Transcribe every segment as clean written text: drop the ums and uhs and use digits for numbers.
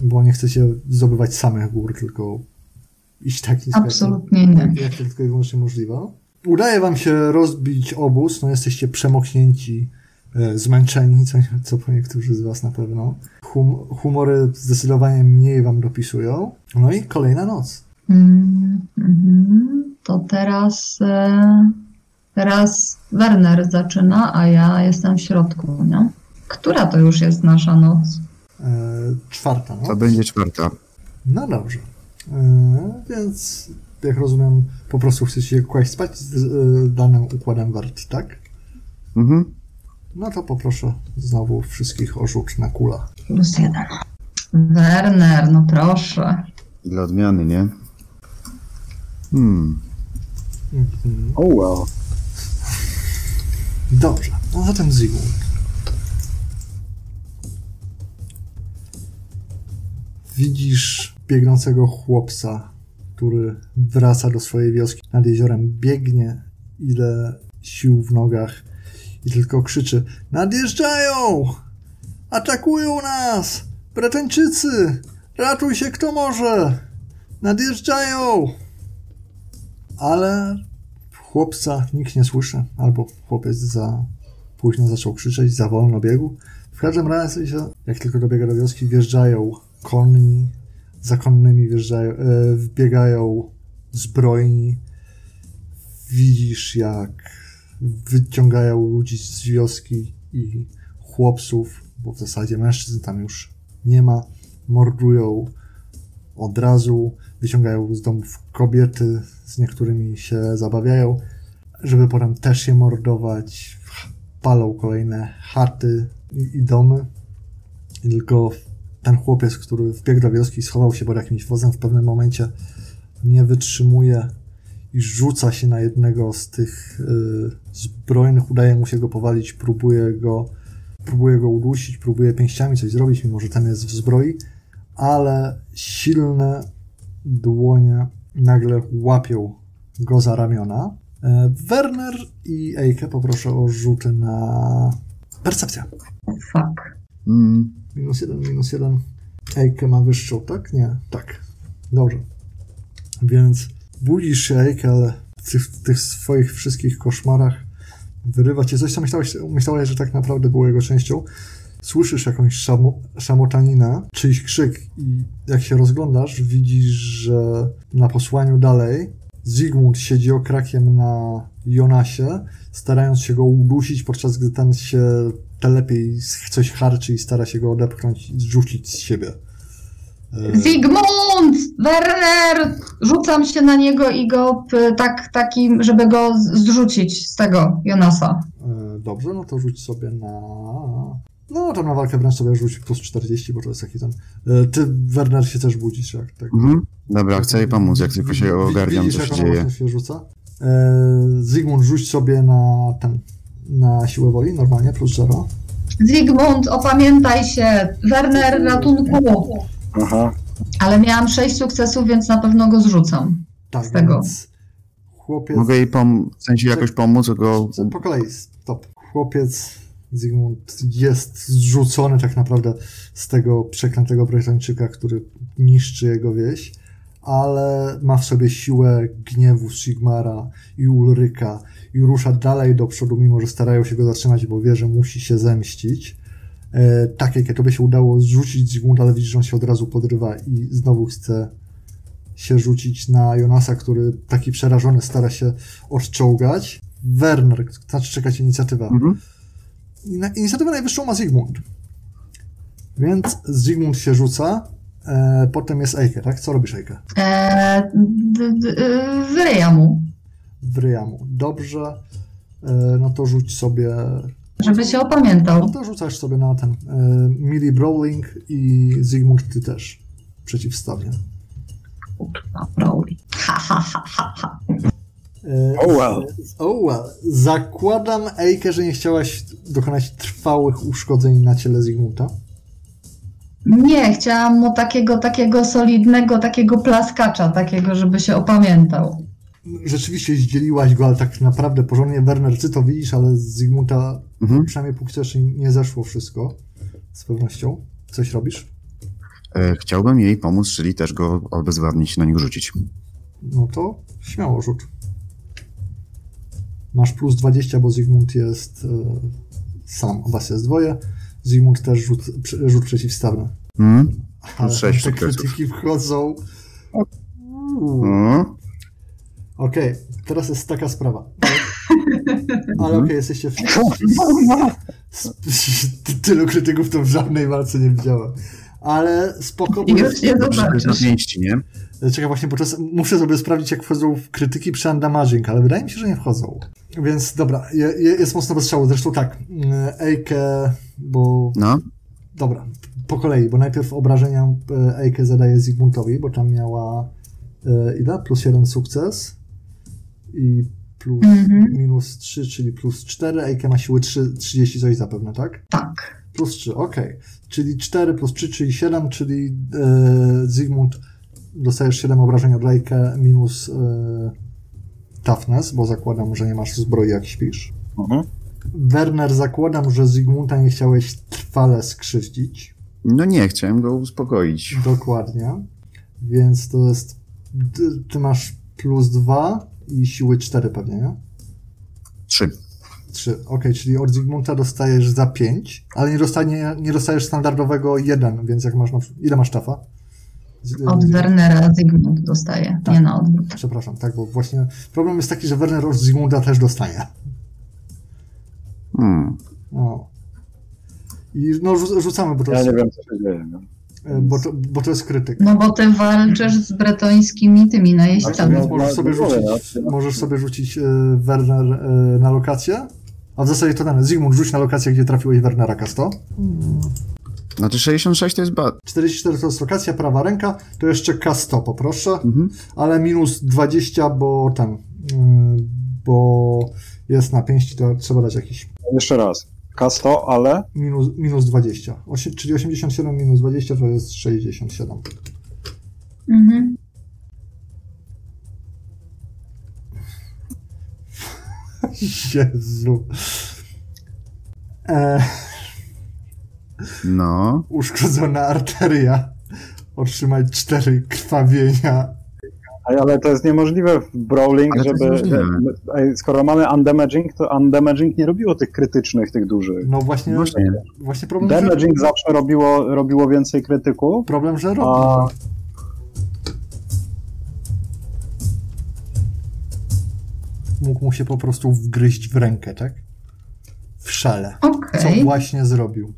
Bo nie chcecie zdobywać samych gór, tylko iść takim sklepem. Absolutnie nie. Jak to tylko i wyłącznie możliwe. Udaje wam się rozbić obóz, no jesteście przemoknięci, zmęczeni, co po niektórzy z was na pewno. Humory zdecydowanie mniej wam dopisują. No i kolejna noc. To teraz Werner zaczyna, a ja jestem w środku, nie? Która to już jest nasza noc? 4. noc. To będzie 4. No dobrze. Więc jak rozumiem, po prostu chcecie kłaść spać z danym układem wart, tak? Mhm. No to poproszę znowu wszystkich o rzut na kula. +1. Werner, no proszę. Dla odmiany, nie? Oh well. Dobrze, a zatem Zygmunt. Widzisz biegnącego chłopca, który wraca do swojej wioski nad jeziorem. Biegnie, ile sił w nogach i tylko krzyczy: nadjeżdżają! Atakują nas! Bretończycy! Ratuj się kto może! Nadjeżdżają! Ale chłopca nikt nie słyszy, albo chłopiec za późno zaczął krzyczeć, za wolno biegł. W każdym razie, jak tylko dobiega do wioski, wjeżdżają konni, za konnymi wbiegają zbrojni. Widzisz, jak wyciągają ludzi z wioski i chłopców, bo w zasadzie mężczyzn tam już nie ma, mordują od razu, wyciągają z domów kobiety, z niektórymi się zabawiają, żeby potem też je mordować, palą kolejne chaty i domy. I tylko ten chłopiec, który wbiegł do wioski i schował się pod jakimś wozem, w pewnym momencie nie wytrzymuje i rzuca się na jednego z tych zbrojnych, udaje mu się go powalić, próbuje go udusić, próbuje pięściami coś zrobić, mimo że ten jest w zbroi, ale silne dłonie nagle łapią go za ramiona. Werner i Eike poproszę o rzuty na percepcję. Fuck. -1. Eike ma wyższą, tak? Nie. Tak. Dobrze. Więc budzisz się, Eike, ale w tych swoich wszystkich koszmarach wyrywa cię coś, co myślałeś, że tak naprawdę było jego częścią. Słyszysz jakąś szamotaninę, czyjś krzyk i jak się rozglądasz, widzisz, że na posłaniu dalej Zygmunt siedzi okrakiem na Jonasie, starając się go udusić, podczas gdy ten się telepie, coś harczy i stara się go odepchnąć i zrzucić z siebie. Zygmunt! Werner! Rzucam się na niego i go takim, żeby go zrzucić z tego Jonasa. Dobrze, no to rzuć sobie na... No, to na walkę wręcz sobie rzuć +40, bo to jest taki ten... Ty, Werner, się też budzisz, jak tak? Dobra, chcę jej pomóc, jak tylko się ogarniam, co się dzieje. Się rzuca. Zygmunt, rzuć sobie na siłę woli, normalnie, +0. Zygmunt, opamiętaj się! Werner, ratunku! Aha. Ale miałam 6 sukcesów, więc na pewno go zrzucam. Tak, z tego. Chłopiec... Mogę jej w sensie jakoś pomóc go... Po kolei, stop. Chłopiec Zygmunt jest zrzucony tak naprawdę z tego przeklętego Bretończyka, który niszczy jego wieś, ale ma w sobie siłę gniewu Sigmara i Ulryka i rusza dalej do przodu, mimo że starają się go zatrzymać, bo wie, że musi się zemścić. Tak jak to by się udało zrzucić Zygmunt, ale widzisz, że on się od razu podrywa i znowu chce się rzucić na Jonasa, który taki przerażony stara się odczołgać. Werner, znaczy czekać inicjatywa. Inicjatywę najwyższą ma Zygmunt. Więc Zygmunt się rzuca, potem jest Eike, tak? Co robisz, Eike? Wryja mu. Dobrze. No to rzuć sobie... Żeby się opamiętał. No to rzucasz sobie na ten melee brawling i Zygmunt, ty też. Przeciwstawnie. Brawling. Oh well. Zakładam, Eike, że nie chciałaś dokonać trwałych uszkodzeń na ciele Zygmunta. Nie, chciałam mu takiego solidnego, takiego plaskacza, takiego, żeby się opamiętał. Rzeczywiście zdzieliłaś go, ale tak naprawdę porządnie. Werner, ty to widzisz, ale z Zygmunta przynajmniej póki co jeszcze nie zeszło wszystko. Z pewnością. Coś robisz? Chciałbym jej pomóc, czyli też go obezwładnić, na niego rzucić. No to śmiało rzut. Masz plus 20, bo Zygmunt jest sam. Was jest dwoje. Zygmunt też rzut przeciwstawny. Ale 6 te sukcesów. krytyki wchodzą. Okej, teraz jest taka sprawa. Ale okej, jesteście w... Tylu krytyków to w żadnej walce nie widziałem. Ale spoko. Już nie zobaczysz. Pięści, nie? Czekaj, właśnie, bo muszę sobie sprawdzić, jak wchodzą w krytyki przy undamaging, ale wydaje mi się, że nie wchodzą. Więc dobra, jest mocno bez strzału. Zresztą tak, Eike, bo... No. Dobra, po kolei, bo najpierw obrażenia Eike zadaje Zygmuntowi, bo tam miała ile? Plus 1 sukces i plus minus 3, czyli plus 4. Eike ma siły 30 coś zapewne, tak? Tak. Plus 3, okej. Czyli 4 plus 3, czyli 7, czyli Zygmunt dostajesz 7 obrażeń od Eike minus toughness, bo zakładam, że nie masz zbroi jak śpisz. Werner, zakładam, że Zygmunta nie chciałeś trwale skrzywdzić. No nie, chciałem go uspokoić. Dokładnie. Więc to jest... Ty masz plus 2 i siły 4 pewnie, nie? 3. 3. Okej, czyli od Zygmunta dostajesz za 5, ale nie dostajesz standardowego 1, więc jak masz na przykład... Ile masz tafa? Od Wernera Zygmunt dostaje, tak. nie na odwrót. Przepraszam, tak, bo właśnie problem jest taki, że Werner od Zygmunta też dostaje. No. I no rzucamy, bo to jest... Ja nie wiem, co się dzieje. No. Bo to jest krytyk. No bo ty walczysz z bretońskimi tymi najeźdźcami. Więc możesz sobie rzucić Werner na lokację, a w zasadzie to dane. Zygmunt, rzuć na lokację, gdzie trafiłeś Wernera K100. Znaczy 66 to jest 44 to jest lokacja, prawa ręka, to jeszcze K100 poproszę, ale minus 20, bo jest na pięści, to trzeba dać jakiś... Jeszcze raz. K100, ale... Minus 20. Czyli 87 minus 20 to jest 67. Jezu. No. Uszkodzona arteria. Otrzymać 4 krwawienia. Ale to jest niemożliwe w brawling, żeby... Skoro mamy undamaging, to undamaging nie robiło tych krytycznych, tych dużych. No właśnie problem, damaging zawsze robiło więcej krytyków. Problem, że robi. Mógł mu się po prostu wgryźć w rękę, tak? W szale. Okay. Co właśnie zrobił.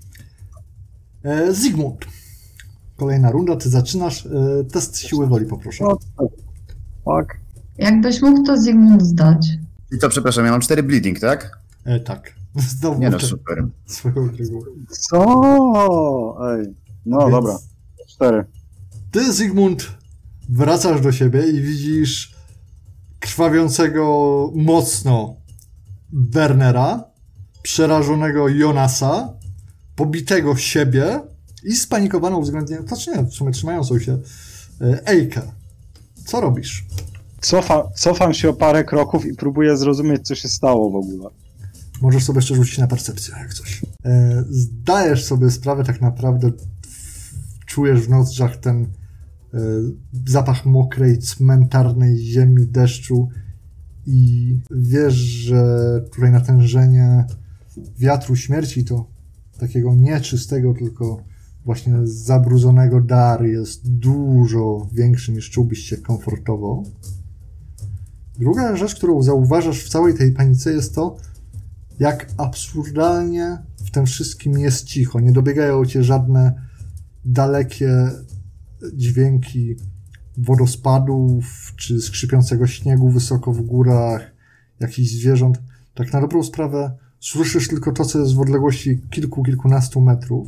Zygmunt. Kolejna runda, ty zaczynasz. Test siły woli, poproszę. Tak. Jakbyś mógł to Zygmunt zdać. I to, przepraszam, ja mam 4 bleeding, tak? Tak. Znowu nie no, super. Swoją drogą. Co? Ej. No więc dobra. 4. Ty, Zygmunt, wracasz do siebie i widzisz krwawiącego mocno Wernera, przerażonego Jonasa, pobitego siebie i spanikowaną względnie, znaczy nie, w sumie trzymającą się Ejkę. Co robisz? Cofam się o parę kroków i próbuję zrozumieć, co się stało w ogóle. Możesz sobie jeszcze rzucić na percepcję, jak coś. Zdajesz sobie sprawę, tak naprawdę czujesz w nozdrzach ten zapach mokrej, cmentarnej ziemi, deszczu i wiesz, że tutaj natężenie wiatru śmierci to takiego nieczystego, tylko właśnie zabrudzonego dar jest dużo większy, niż czułbyś się komfortowo. Druga rzecz, którą zauważasz w całej tej panice, jest to, jak absurdalnie w tym wszystkim jest cicho. Nie dobiegają cię żadne dalekie dźwięki wodospadów, czy skrzypiącego śniegu wysoko w górach, jakichś zwierząt. Tak na dobrą sprawę słyszysz tylko to, co jest w odległości kilkunastu metrów.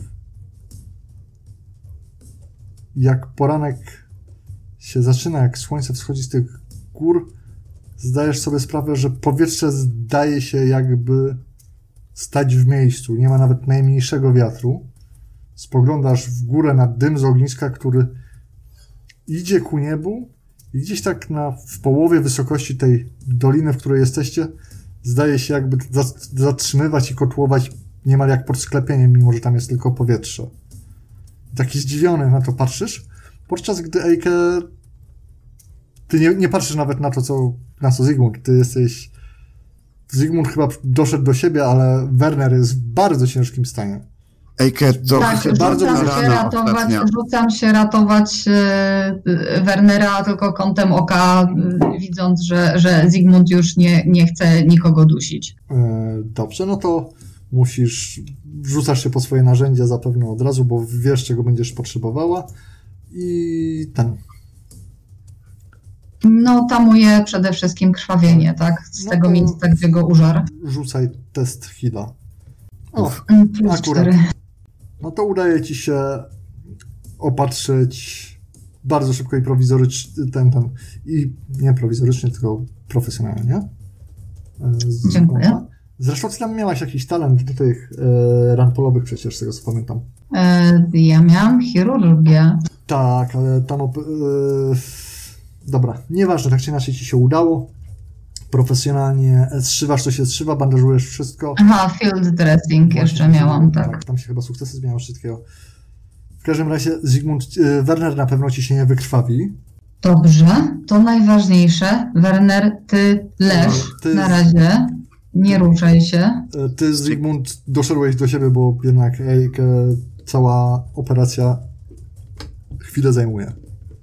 Jak poranek się zaczyna, jak słońce wschodzi z tych gór, zdajesz sobie sprawę, że powietrze zdaje się jakby stać w miejscu. Nie ma nawet najmniejszego wiatru. Spoglądasz w górę na dym z ogniska, który idzie ku niebu i gdzieś tak w połowie wysokości tej doliny, w której jesteście, zdaje się jakby zatrzymywać i kotłować niemal jak pod sklepieniem, mimo że tam jest tylko powietrze. taki zdziwiony na to patrzysz, podczas gdy Eike ty nie patrzysz nawet na to, co Zygmunt, ty jesteś... Zygmunt chyba doszedł do siebie, ale Werner jest w bardzo ciężkim stanie. Eike to tak, bardzo rzucam się ratować Wernera tylko kątem oka, widząc, że Zygmunt już nie chce nikogo dusić. Dobrze, no to rzucasz się po swoje narzędzia zapewne od razu, bo wiesz, czego będziesz potrzebowała i No, tamuje przede wszystkim krwawienie, tak? Z tego miejsca, gdzie go użar. Rzucaj test heala. O, plus akurat. 4. No to udaje ci się opatrzyć bardzo szybko i prowizorycznie, i nie prowizorycznie, tylko profesjonalnie. Dziękuję. Zresztą ty tam miałaś jakiś talent do tych ran polowych przecież, z tego co pamiętam. Ja miałam chirurgię. Tak, ale tam... Dobra, nieważne, tak czy inaczej ci się udało. Profesjonalnie zszywasz, to się zszywa, bandażujesz wszystko. Aha, field dressing jeszcze miałam, tak. Tam się chyba sukcesy zmieniały wszystkiego. W każdym razie Werner na pewno ci się nie wykrwawi. Dobrze, to najważniejsze. Werner, ty leż na razie, nie ruszaj się. Ty, Zygmunt, doszedłeś do siebie, bo jednak cała operacja chwilę zajmuje.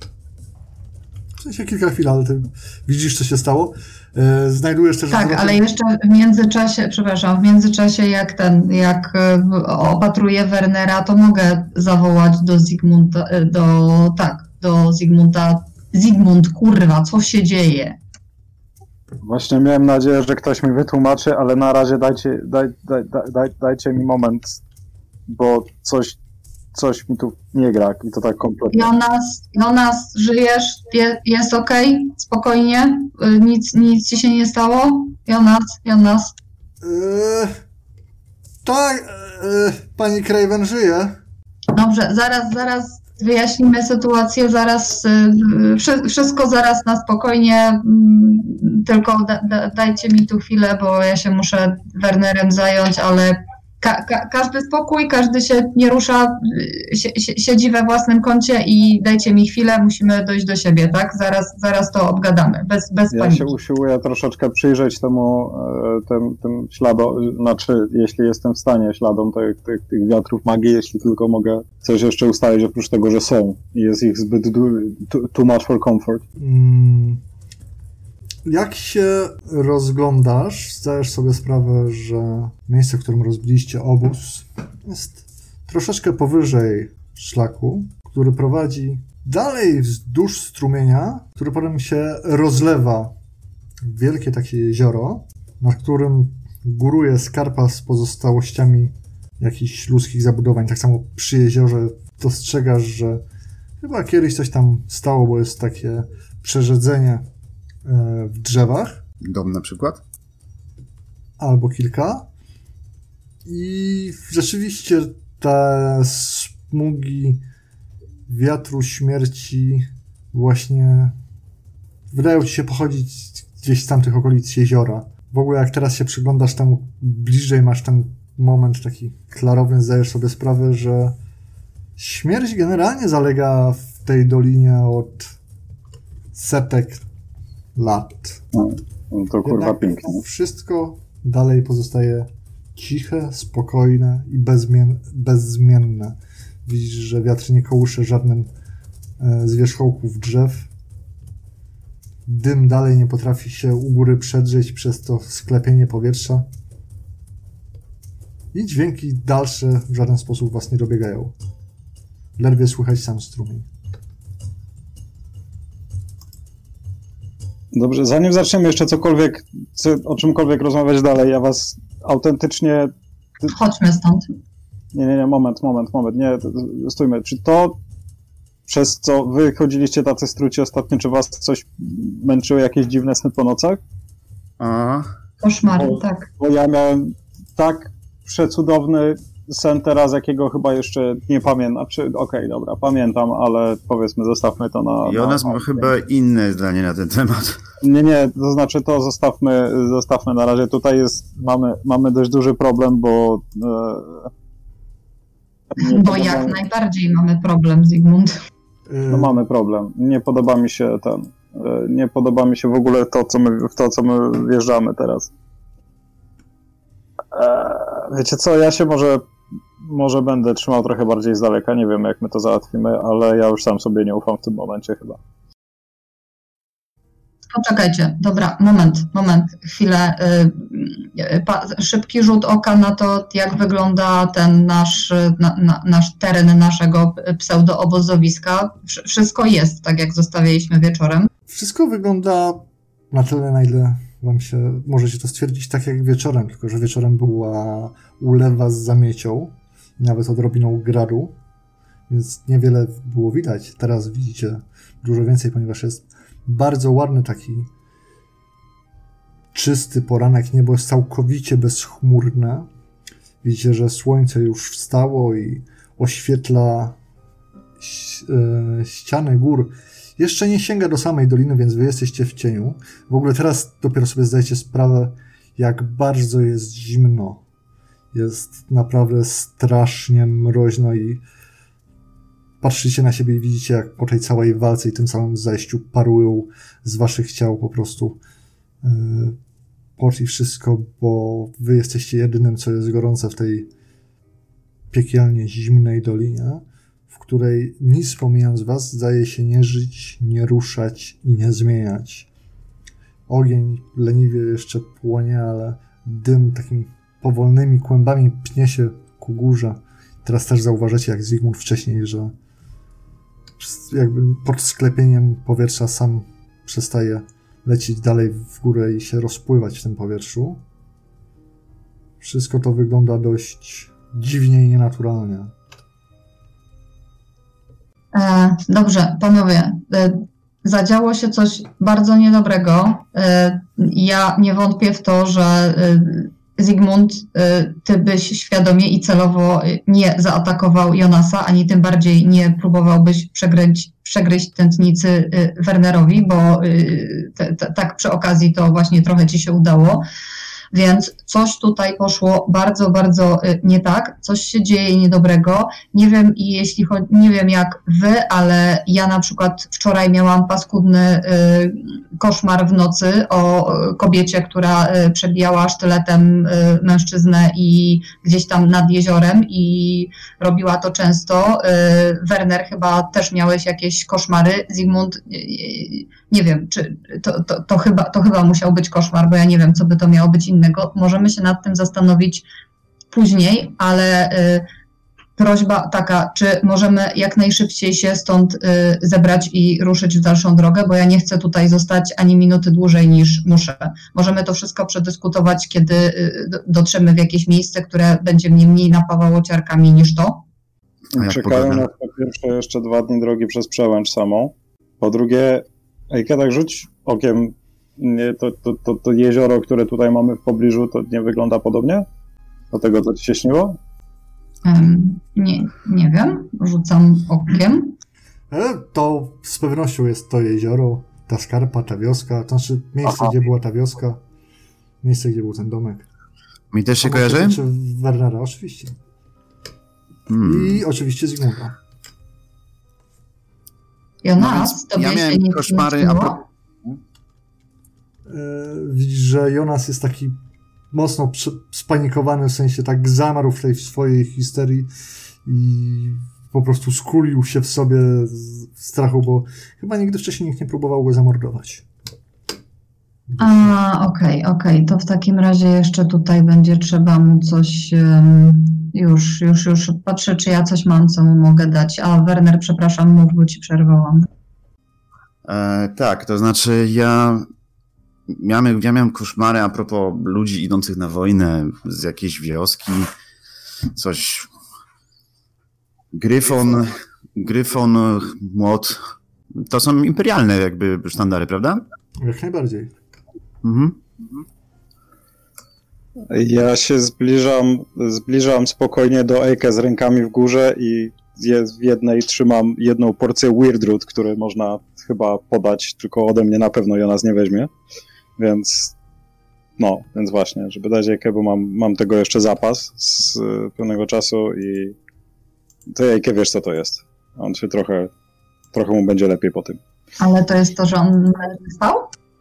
W sensie kilka chwil, ale ty widzisz, co się stało. Znajdujesz też... Tak, ale jeszcze w międzyczasie jak opatruję Wernera, to mogę zawołać do Zygmunta, do Zygmunta. Zygmunt, kurwa, co się dzieje? Właśnie miałem nadzieję, że ktoś mi wytłumaczy, ale na razie dajcie mi moment, bo coś mi tu nie gra i to tak kompletnie. Jonas, żyjesz? Jest okej? Spokojnie? Nic ci się nie stało? Jonas? Tak, pani Craven żyje. Dobrze, zaraz wyjaśnimy sytuację, wszystko zaraz na spokojnie, tylko dajcie mi tu chwilę, bo ja się muszę Wernerem zająć, ale każdy spokój, każdy się nie rusza, siedzi we własnym kącie i dajcie mi chwilę, musimy dojść do siebie, tak? Zaraz to obgadamy, bez paniki. Ja się usiłuję troszeczkę przyjrzeć tym śladom, znaczy jeśli jestem w stanie śladom tych wiatrów magii, jeśli tylko mogę coś jeszcze ustalić oprócz tego, że są i jest ich zbyt too much for comfort. Jak się rozglądasz, zdajesz sobie sprawę, że miejsce, w którym rozbiliście obóz, jest troszeczkę powyżej szlaku, który prowadzi dalej wzdłuż strumienia, który potem się rozlewa w wielkie takie jezioro, na którym góruje skarpa z pozostałościami jakichś ludzkich zabudowań. Tak samo przy jeziorze dostrzegasz, że chyba kiedyś coś tam stało, bo jest takie przerzedzenie w drzewach. Dom na przykład? Albo kilka. I rzeczywiście te smugi wiatru śmierci właśnie wydają ci się pochodzić gdzieś z tamtych okolic jeziora. W ogóle jak teraz się przyglądasz temu bliżej, masz ten moment taki klarowny, zdajesz sobie sprawę, że śmierć generalnie zalega w tej dolinie od setek lat. No to kurwa jednak pięknie. Wszystko dalej pozostaje ciche, spokojne i bezzmienne. Widzisz, że wiatr nie kołysze żadnym z wierzchołków drzew. Dym dalej nie potrafi się u góry przedrzeć przez to sklepienie powietrza. I dźwięki dalsze w żaden sposób was nie dobiegają. Ledwie słychać sam strumień. Dobrze, zanim zaczniemy jeszcze o czymkolwiek rozmawiać dalej, ja was autentycznie... Chodźmy stąd. Nie, moment, nie, stójmy. Czy to, przez co wy chodziliście tacy struci ostatnio, czy was coś męczyło, jakieś dziwne sny po nocach? Koszmary, tak. Bo ja miałem tak przecudowny sen teraz, jakiego chyba jeszcze nie pamiętam. Okej, dobra, pamiętam, ale powiedzmy, zostawmy to na... Jonas ma chyba inne zdanie na ten temat. Nie, to znaczy to zostawmy na razie. Tutaj mamy dość duży problem, bo Bo jak najbardziej mamy problem, Zygmunt. No mamy problem. Nie podoba mi się w ogóle w to, co my wjeżdżamy teraz. Wiecie co, ja się może będę trzymał trochę bardziej z daleka, nie wiem jak my to załatwimy, ale ja już sam sobie nie ufam w tym momencie chyba. Poczekajcie, dobra, moment, chwilę. Szybki rzut oka na to, jak wygląda ten nasz teren naszego pseudoobozowiska. Wszystko jest tak, jak zostawialiśmy wieczorem. Wszystko wygląda na tyle, na ile wam się możecie to stwierdzić tak jak wieczorem, tylko że wieczorem była ulewa z zamiecią, nawet odrobiną gradu, więc niewiele było widać. Teraz widzicie dużo więcej, ponieważ jest bardzo ładny taki czysty poranek, niebo jest całkowicie bezchmurne. Widzicie, że słońce już wstało i oświetla ściany gór. Jeszcze nie sięga do samej doliny, więc wy jesteście w cieniu. W ogóle teraz dopiero sobie zdajecie sprawę, jak bardzo jest zimno. Jest naprawdę strasznie mroźno i patrzycie na siebie i widzicie, jak po tej całej walce i tym samym zajściu parują z waszych ciał po prostu pot i wszystko, bo wy jesteście jedynym, co jest gorące w tej piekielnie zimnej dolinie, w której nic pomijając was zdaje się nie żyć, nie ruszać i nie zmieniać. Ogień leniwie jeszcze płonie, ale dym takimi powolnymi kłębami pnie się ku górze. Teraz też zauważacie, jak Zygmunt wcześniej, że jakby pod sklepieniem powietrza sam przestaje lecieć dalej w górę i się rozpływać w tym powietrzu. Wszystko to wygląda dość dziwnie i nienaturalnie. Dobrze, panowie, zadziało się coś bardzo niedobrego. Ja nie wątpię w to, że Zygmunt, ty byś świadomie i celowo nie zaatakował Jonasa, ani tym bardziej nie próbowałbyś przegryźć tętnicy Wernerowi, bo tak przy okazji to właśnie trochę ci się udało. Więc coś tutaj poszło bardzo, bardzo nie tak, coś się dzieje niedobrego. Nie wiem, nie wiem jak wy, ale ja na przykład wczoraj miałam paskudny koszmar w nocy o kobiecie, która przebijała sztyletem mężczyznę i gdzieś tam nad jeziorem i robiła to często. Werner, chyba też miałeś jakieś koszmary. Zygmunt, nie wiem, czy to chyba musiał być koszmar, bo ja nie wiem, co by to miało być innego. Możemy się nad tym zastanowić później, ale prośba taka, czy możemy jak najszybciej się stąd zebrać i ruszyć w dalszą drogę, bo ja nie chcę tutaj zostać ani minuty dłużej niż muszę. Możemy to wszystko przedyskutować, kiedy dotrzemy w jakieś miejsce, które będzie mnie mniej napawało ciarkami niż to. Czekają nas po pierwsze jeszcze 2 dni drogi przez przełęcz samą. Po drugie, Ejka, tak rzuć okiem, to jezioro, które tutaj mamy w pobliżu, to nie wygląda podobnie do tego, co ci się śniło? Nie wiem, rzucam okiem. To z pewnością jest to jezioro, ta skarpa, ta wioska, to znaczy miejsce, gdzie była ta wioska, miejsce, gdzie był ten domek. Mi też się kojarzy? Czy Wernera, oczywiście. I oczywiście Zygmunta. Jonas, tobie ja miałem się nie koszmary, śniło? Widzisz, że Jonas jest taki mocno spanikowany, w sensie tak zamarł w tej swojej histerii i po prostu skulił się w sobie w strachu, bo chyba nigdy wcześniej nikt nie próbował go zamordować. Okej. To w takim razie jeszcze tutaj będzie trzeba mu coś... Już patrzę, czy ja coś mam, co mu mogę dać. A Werner, przepraszam, mów, bo ci przerwałam. Tak, to znaczy ja miałem koszmary a propos ludzi idących na wojnę z jakiejś wioski, coś... Gryfon, młot. To są imperialne jakby sztandary, prawda? Jak najbardziej. Ja się zbliżam spokojnie do Ejke z rękami w górze i w jednej trzymam jedną porcję Weirdroot, które można chyba podać, tylko ode mnie na pewno Jonas nie weźmie. Więc właśnie, żeby dać Ejkę, bo mam tego jeszcze zapas z pewnego czasu i Ty, Ejke, wiesz, co to jest. On się trochę mu będzie lepiej po tym. Ale to jest to, że on spał?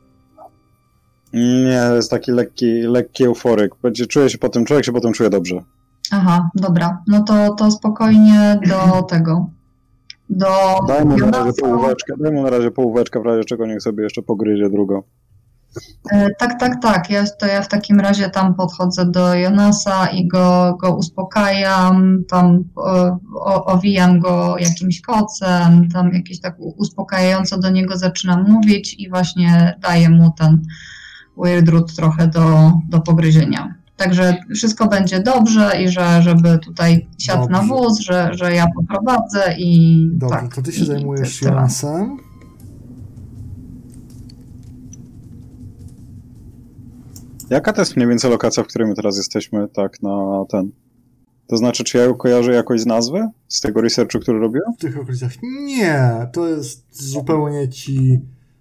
Nie, to jest taki lekki euforyk. Człowiek się potem czuje dobrze. Aha, dobra. No to spokojnie do tego. Daj mu na razie połóweczkę, w razie czego niech sobie jeszcze pogryzie drugą. Tak. Ja w takim razie tam podchodzę do Jonasa i go uspokajam, tam owijam go jakimś kocem, tam jakieś tak uspokajająco do niego zaczynam mówić i właśnie daję mu ten weirdroot trochę do pogryzienia. Także wszystko będzie dobrze i żeby tutaj siadł na wóz, że ja poprowadzę i Dobrze, tak. to ty się zajmujesz Jonasem. Jaka to jest mniej więcej lokacja, w której my teraz jesteśmy, tak, na ten? To znaczy, czy ja ją kojarzę jakoś z nazwy? Z tego researchu, który robiłem? W tych okolicach? Nie, to jest zupełnie ci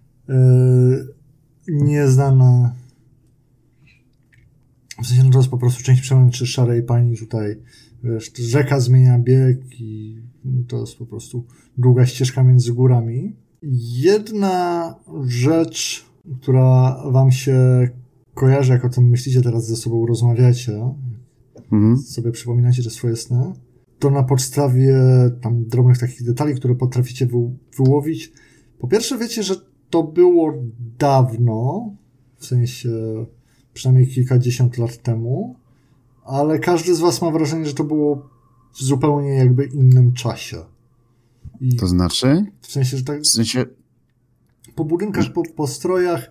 nieznana. W sensie, no to jest po prostu część przemęczy Szarej Pani tutaj. Wiesz, rzeka zmienia bieg i to jest po prostu długa ścieżka między górami. Jedna rzecz, która wam się kojarzy, jak o tym myślicie, teraz ze sobą rozmawiacie, sobie przypominacie te swoje sny, to na podstawie tam drobnych takich detali, które potraficie wyłowić. Po pierwsze wiecie, że to było dawno, w sensie przynajmniej kilkadziesiąt lat temu, ale każdy z was ma wrażenie, że to było w zupełnie jakby innym czasie. I to znaczy? w sensie, że tak... W sensie... Po budynkach, po strojach,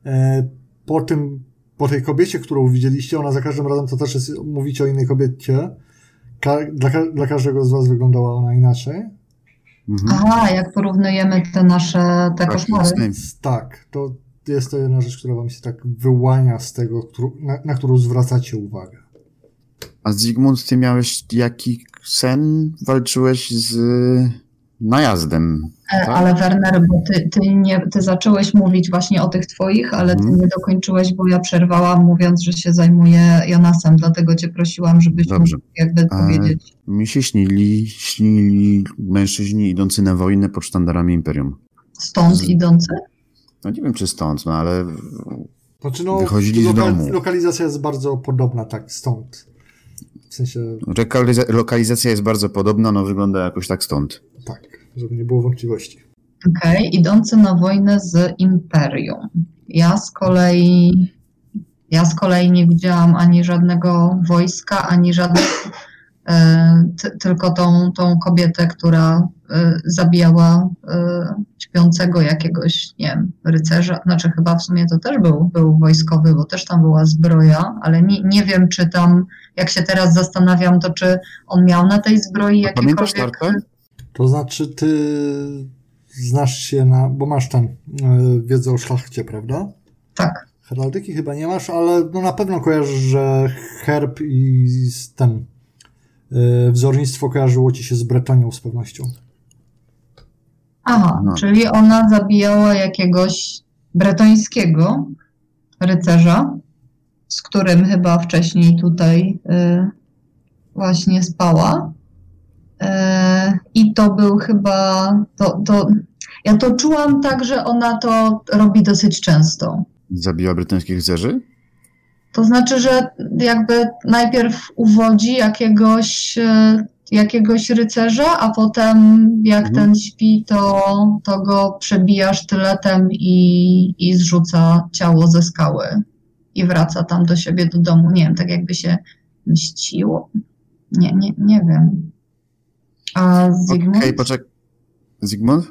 po tej kobiecie, którą widzieliście, ona za każdym razem, to też jest, mówicie o innej kobiecie, dla każdego z was wyglądała ona inaczej. Aha, jak porównujemy te koszmary. Tak, to jest to jedna rzecz, która wam się tak wyłania z tego, na którą zwracacie uwagę. A Zygmunt, ty miałeś jaki sen? Walczyłeś z najazdem, tak? Ale Werner, bo ty zacząłeś mówić właśnie o tych twoich, ale ty nie dokończyłeś, bo ja przerwałam, mówiąc, że się zajmuję Jonasem, dlatego cię prosiłam, żebyś mógł jakby powiedzieć. Mi się śnili mężczyźni idący na wojnę pod sztandarami Imperium. Stąd idący? No nie wiem, czy stąd, no ale znaczy, wychodzili z domu. Lokalizacja jest bardzo podobna, tak, stąd. W sensie... Lokalizacja jest bardzo podobna, no wygląda jakoś tak stąd. Tak, żeby nie było wątpliwości. Okej, idący na wojnę z Imperium. Ja z kolei nie widziałam ani żadnego wojska, ani żadnych, tylko tą kobietę, która zabijała śpiącego jakiegoś, nie wiem, rycerza. Znaczy chyba w sumie to też był wojskowy, bo też tam była zbroja, ale nie wiem, czy tam, jak się teraz zastanawiam, to czy on miał na tej zbroi jakiekolwiek... Pamiętasz Tarkę? To znaczy ty znasz się bo masz tam wiedzę o szlachcie, prawda? Tak. Heraldyki chyba nie masz, ale no na pewno kojarzysz, że herb i wzornictwo kojarzyło ci się z Bretonią z pewnością. Aha, czyli ona zabijała jakiegoś bretońskiego rycerza, z którym chyba wcześniej tutaj właśnie spała. I to był chyba... Ja to czułam tak, że ona to robi dosyć często. Zabiła brytyjskich rycerzy? To znaczy, że jakby najpierw uwodzi jakiegoś rycerza, a potem jak ten śpi, to go przebija sztyletem i zrzuca ciało ze skały i wraca tam do siebie do domu. Nie wiem, tak jakby się mściło. Nie wiem. A Zygmunt? Okej, poczekaj. Zygmunt?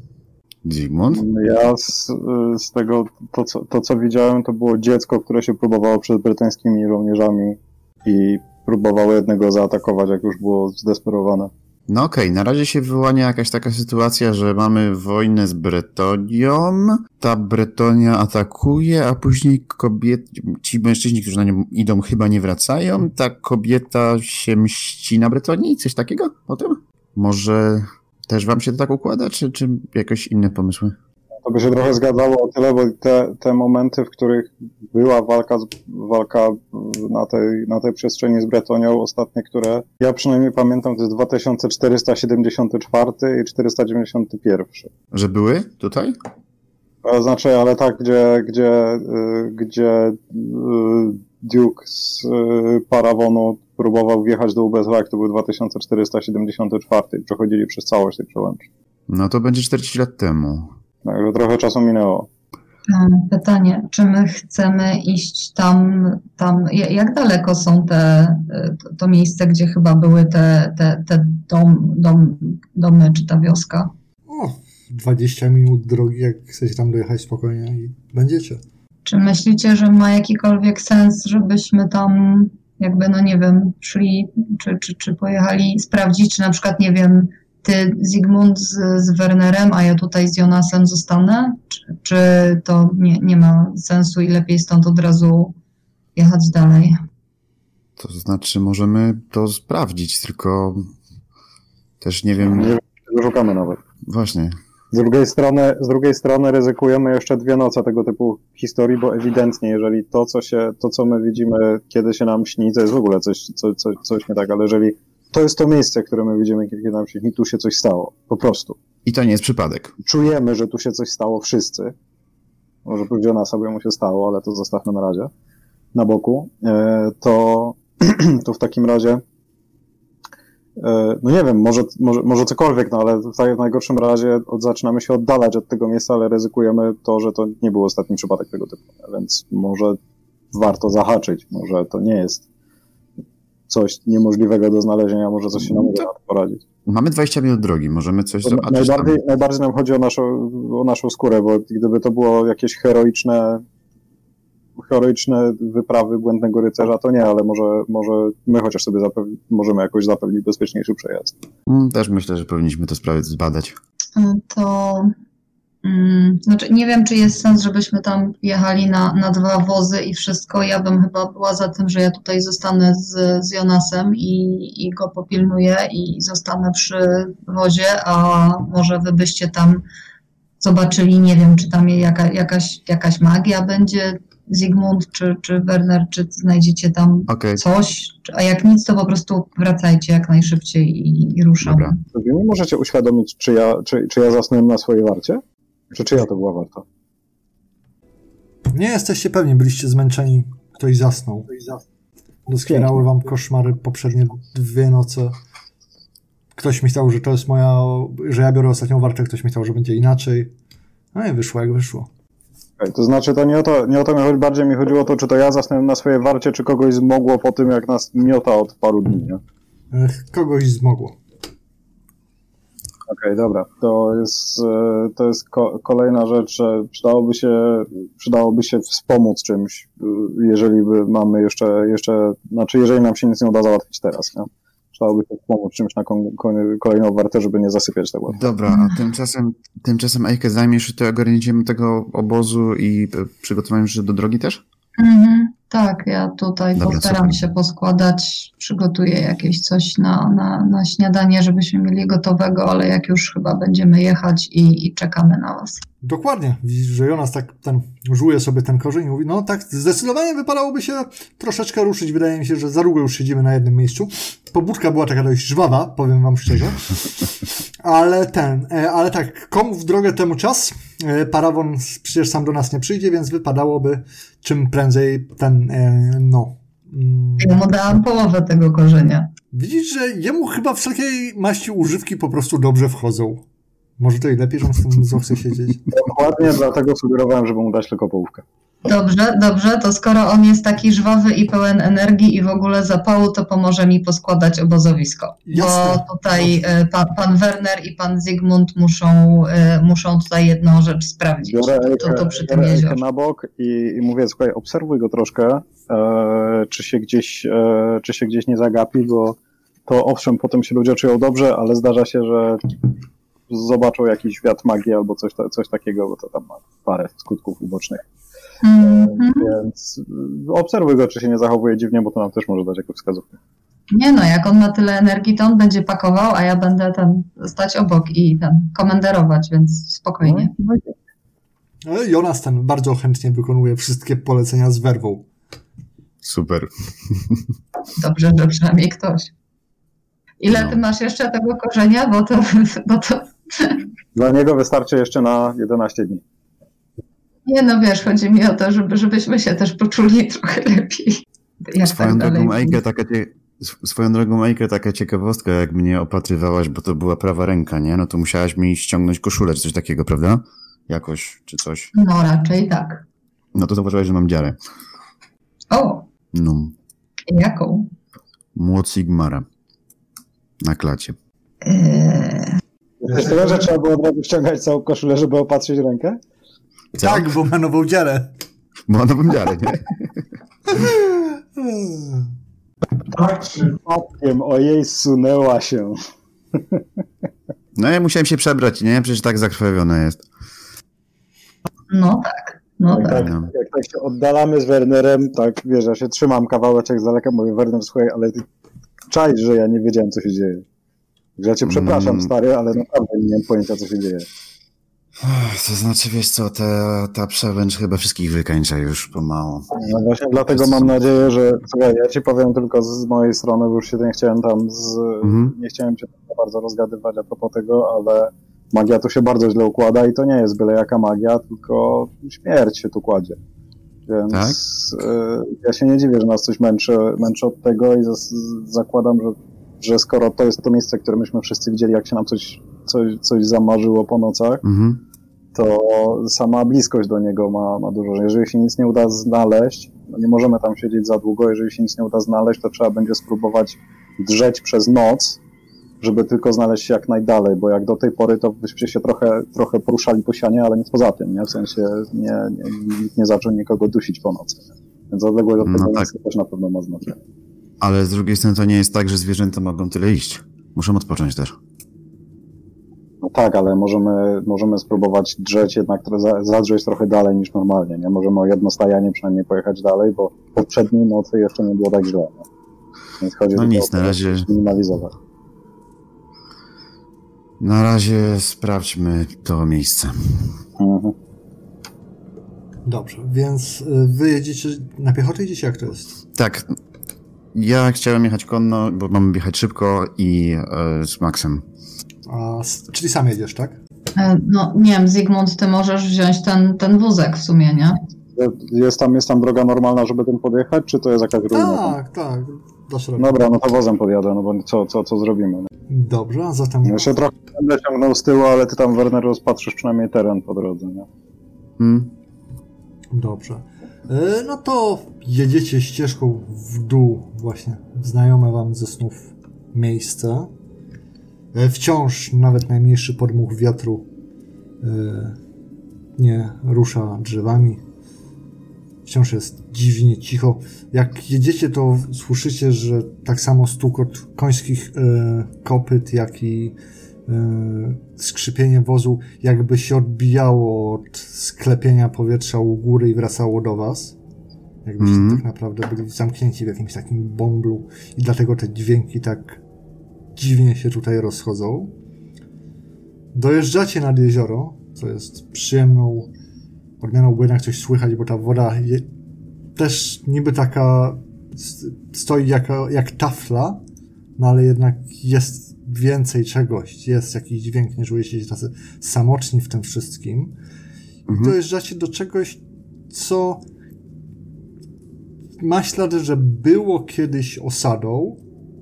Ja z tego, to co widziałem, to było dziecko, które się próbowało przed brytyjskimi żołnierzami i próbowało jednego zaatakować, jak już było zdesperowane. No okej, na razie się wyłania jakaś taka sytuacja, że mamy wojnę z Bretonią, ta Bretonia atakuje, a później ci mężczyźni, którzy na nią idą, chyba nie wracają, ta kobieta się mści na Bretonii? Coś takiego o tym? Może też wam się to tak układa, czy jakieś inne pomysły? To by się trochę zgadzało o tyle, bo te momenty, w których była walka na tej przestrzeni z Bretonią, ostatnie, które ja przynajmniej pamiętam, to jest 2474 i 491. Że były tutaj? Znaczy, ale tak, gdzie Duke z Parawonu próbował wjechać do UBSW, to był 2474 i przechodzili przez całość tej przełęczy. No to będzie 40 lat temu. Także trochę czasu minęło. Pytanie, czy my chcemy iść tam, jak daleko są to miejsce, gdzie chyba były te domy, czy ta wioska? 20 minut drogi, jak chcecie tam dojechać spokojnie i będziecie. Czy myślicie, że ma jakikolwiek sens, żebyśmy tam jakby, no nie wiem, szli, czy pojechali sprawdzić, czy na przykład, nie wiem, ty, Zygmunt, z Wernerem, a ja tutaj z Jonasem zostanę? Czy to nie ma sensu i lepiej stąd od razu jechać dalej? To znaczy, możemy to sprawdzić, tylko też nie wiem... Nie wiem, czego szukamy nawet. Właśnie. Z drugiej strony ryzykujemy jeszcze 2 noce tego typu historii, bo ewidentnie, jeżeli to, co my widzimy, kiedy się nam śni, to jest w ogóle coś nie tak, ale jeżeli to jest to miejsce, które my widzimy, kiedy nam się śni, tu się coś stało. Po prostu. I to nie jest przypadek. Czujemy, że tu się coś stało wszyscy. Może pójdzie ona sobie mu się stało, ale to zostawmy na razie na boku. To w takim razie no nie wiem, może cokolwiek, no ale w najgorszym razie zaczynamy się oddalać od tego miejsca, ale ryzykujemy to, że to nie był ostatni przypadek tego typu. Więc może warto zahaczyć, może to nie jest coś niemożliwego do znalezienia, może coś się nam uda poradzić. Mamy 20 minut drogi, możemy coś zobaczyć. Najbardziej nam chodzi o naszą skórę, bo gdyby to było jakieś heroiczne wyprawy Błędnego Rycerza, to nie, ale może my chociaż sobie możemy jakoś zapewnić bezpieczniejszy przejazd. Też myślę, że powinniśmy tę sprawę zbadać. Znaczy nie wiem, czy jest sens, żebyśmy tam jechali na 2 wozy i wszystko. Ja bym chyba była za tym, że ja tutaj zostanę z Jonasem i go popilnuję i zostanę przy wozie, a może wy byście tam zobaczyli, nie wiem, czy tam jakaś magia będzie, Zygmunt czy Werner, czy znajdziecie tam coś, a jak nic, to po prostu wracajcie jak najszybciej i ruszamy. Dobra. Wy mi możecie uświadomić, czy ja zasnąłem na swojej warcie? Czy czyja to była warta? Nie jesteście pewni, byliście zmęczeni. Ktoś zasnął. Doskwierały wam koszmary poprzednie 2 noce. Ktoś myślał, że to jest że ja biorę ostatnią wartę, ktoś myślał, że będzie inaczej. No i wyszło jak wyszło. Okay, to znaczy, to nie o to mi chodzi, bardziej mi chodziło o to, czy to ja zasnąłem na swojej warcie, czy kogoś zmogło po tym, jak nas miota od paru dni, nie? Kogoś zmogło. Okej, dobra. To jest kolejna rzecz, że przydałoby się wspomóc czymś, jeżeli mamy jeszcze, znaczy jeżeli nam się nic nie uda załatwić teraz, nie? Przydałoby się wspomóc czymś na kolejną wartę, żeby nie zasypiać tego. Dobra, a tymczasem Eike, zajmiesz się to ogarnięciem tego obozu i przygotowaniem się do drogi też? Tak, ja tutaj postaram się poskładać, przygotuję jakieś coś na śniadanie, żebyśmy mieli gotowego, ale jak już chyba będziemy jechać i czekamy na was. Dokładnie. Widzisz, że Jonas tak żuje sobie ten korzeń i mówi, no tak, zdecydowanie wypadałoby się troszeczkę ruszyć. Wydaje mi się, że za długo już siedzimy na jednym miejscu. Pobudka była taka dość żwawa, powiem wam szczerze. Ale tak, komu w drogę temu czas? Parawon przecież sam do nas nie przyjdzie, więc wypadałoby czym prędzej Ja mu dałam połowę tego korzenia. Widzisz, że jemu chyba wszelkiej maści używki po prostu dobrze wchodzą. Może to i lepiej, że on z tym chce siedzieć. Dokładnie, dlatego sugerowałem, żeby mu dać tylko połówkę. Dobrze, to skoro on jest taki żwawy i pełen energii i w ogóle zapału, to pomoże mi poskładać obozowisko. Jasne. Bo tutaj pan Werner i pan Zygmunt muszą tutaj jedną rzecz sprawdzić. To przy tym jeziorze. Na bok i mówię, słuchaj, obserwuj go troszkę, czy się gdzieś nie zagapi, bo to owszem, potem się ludzie czują dobrze, ale zdarza się, że zobaczą jakiś wiatr magii albo coś takiego, bo to tam ma parę skutków ubocznych. Więc obserwuj go, czy się nie zachowuje dziwnie, bo to nam też może dać jakąś wskazówkę. Nie no, jak on ma tyle energii, to on będzie pakował, a ja będę stać obok i komenderować, więc spokojnie. Jonas ten bardzo chętnie wykonuje wszystkie polecenia z werwą. Super. Dobrze, że przynajmniej ktoś. Ile ty masz jeszcze tego korzenia? Bo to... Dla niego wystarczy jeszcze na 11 dni. Nie no wiesz, chodzi mi o to, żebyśmy się też poczuli trochę lepiej. Swoją drogą, Ejkę, taka ciekawostka, jak mnie opatrywałaś, bo to była prawa ręka, nie? No to musiałaś mi ściągnąć koszulę, czy coś takiego, prawda? Jakoś, czy coś. No raczej tak. No to zauważyłaś, że mam dziarę. O! No. Jaką? Młot Sigmara. Na klacie. Jest tyle, że trzeba było od razu ściągać całą koszulę, żeby opatrzyć rękę? Co? Tak, bo ma nową dziarę. Ma nową dziarę, nie? Tak, przypadkiem, ojej, zsunęła się. No ja musiałem się przebrać, nie? Przecież tak zakrwawione jest. No tak. No Jak, tak. jak tak się oddalamy z Wernerem, tak, wiesz, ja się trzymam kawałeczek z daleka, mówię, Werner, słuchaj, ale ty czaisz, że ja nie wiedziałem, co się dzieje. Że ja cię przepraszam, stary, ale naprawdę nie miałem pojęcia, co się dzieje. To znaczy, wiesz co, ta przełęcz chyba wszystkich wykańcza już pomału. No właśnie dlatego mam nadzieję, że, słuchaj, ja ci powiem tylko z mojej strony, bo już się nie chciałem nie chciałem cię tak bardzo rozgadywać a propos tego, ale magia tu się bardzo źle układa i to nie jest byle jaka magia, tylko śmierć się tu kładzie. Więc tak? Ja się nie dziwię, że nas coś męczy od tego i zakładam, że skoro to jest to miejsce, które myśmy wszyscy widzieli, jak się nam coś zamarzyło po nocach, to sama bliskość do niego ma dużo. Jeżeli się nic nie uda znaleźć, no nie możemy tam siedzieć za długo, jeżeli się nic nie uda znaleźć, to trzeba będzie spróbować drzeć przez noc, żeby tylko znaleźć się jak najdalej, bo jak do tej pory to byście się trochę poruszali po sianie, ale nic poza tym, nie? W sensie nikt nie zaczął nikogo dusić po nocy. Nie? Więc odległość od tego miejsca też na pewno ma znaczenie. Ale z drugiej strony to nie jest tak, że zwierzęta mogą tyle iść. Muszą odpocząć też. No tak, ale możemy spróbować drzeć jednak zadrzeć trochę dalej niż normalnie, nie? Możemy o jedno stajanie przynajmniej pojechać dalej, bo poprzedniej nocy jeszcze nie było tak źle, nie? Więc chodzi na razie minimalizować. Na razie sprawdźmy to miejsce. Dobrze, więc wy jedziecie na piechotę, idziecie, jak to jest? Tak. Ja chciałem jechać konno, bo mamy jechać szybko i z Maxem. Czyli sam jedziesz, tak? No nie wiem, Zygmunt, ty możesz wziąć ten wózek w sumie, nie? Jest tam droga normalna, żeby tym podjechać, czy to jest jakaś ruina? Tak. Dasz radę. Dobra, no to wozem podjadę, no bo co zrobimy? No. Dobrze, a zatem... Jeszcze trochę będę ciągnął z tyłu, ale ty tam, Werner, rozpatrzysz przynajmniej teren po drodze, nie? Dobrze. No to jedziecie ścieżką w dół właśnie, znajome wam ze snów miejsce. Wciąż nawet najmniejszy podmuch wiatru nie rusza drzewami. Wciąż jest dziwnie cicho. Jak jedziecie, to słyszycie, że tak samo stukot końskich kopyt, jak i skrzypienie wozu jakby się odbijało od sklepienia powietrza u góry i wracało do was. Jakbyście tak naprawdę byli zamknięci w jakimś takim bąblu i dlatego te dźwięki tak dziwnie się tutaj rozchodzą. Dojeżdżacie nad jezioro, co jest przyjemną odmianą, bo jednak coś słychać, bo ta woda też niby taka stoi jak tafla, no ale jednak jest więcej czegoś, jest jakiś dźwięk, nie czujecie się tacy samotni w tym wszystkim. I dojeżdżacie do czegoś, co ma ślady, że było kiedyś osadą,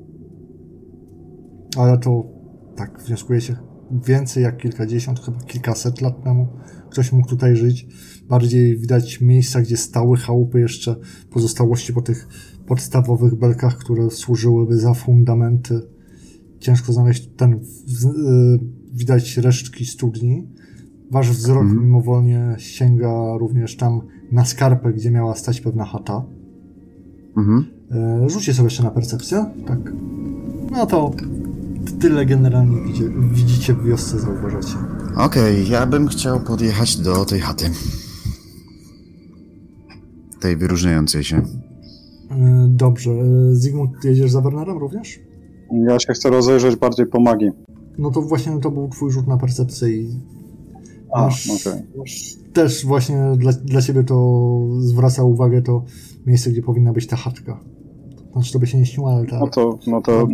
ale to tak wnioskujecie więcej jak kilkadziesiąt, chyba kilkaset lat temu ktoś mógł tutaj żyć. Bardziej widać miejsca, gdzie stały chałupy, jeszcze pozostałości po tych podstawowych belkach, które służyłyby za fundamenty. Ciężko znaleźć widać resztki studni. Wasz wzrok mimowolnie sięga również tam na skarpę, gdzie miała stać pewna chata. Rzućcie sobie jeszcze na percepcję. Tak. No to tyle generalnie widzicie w wiosce, zauważacie. Okej, ja bym chciał podjechać do tej chaty. Tej wyróżniającej się. Dobrze. Zygmunt, ty jedziesz za Wernerem również? Ja się chcę rozejrzeć bardziej po magii. No to właśnie to był twój rzut na percepcję i Masz też właśnie dla ciebie to zwraca uwagę to miejsce, gdzie powinna być ta chatka. Znaczy, to by się nie śniło, ale ta... No to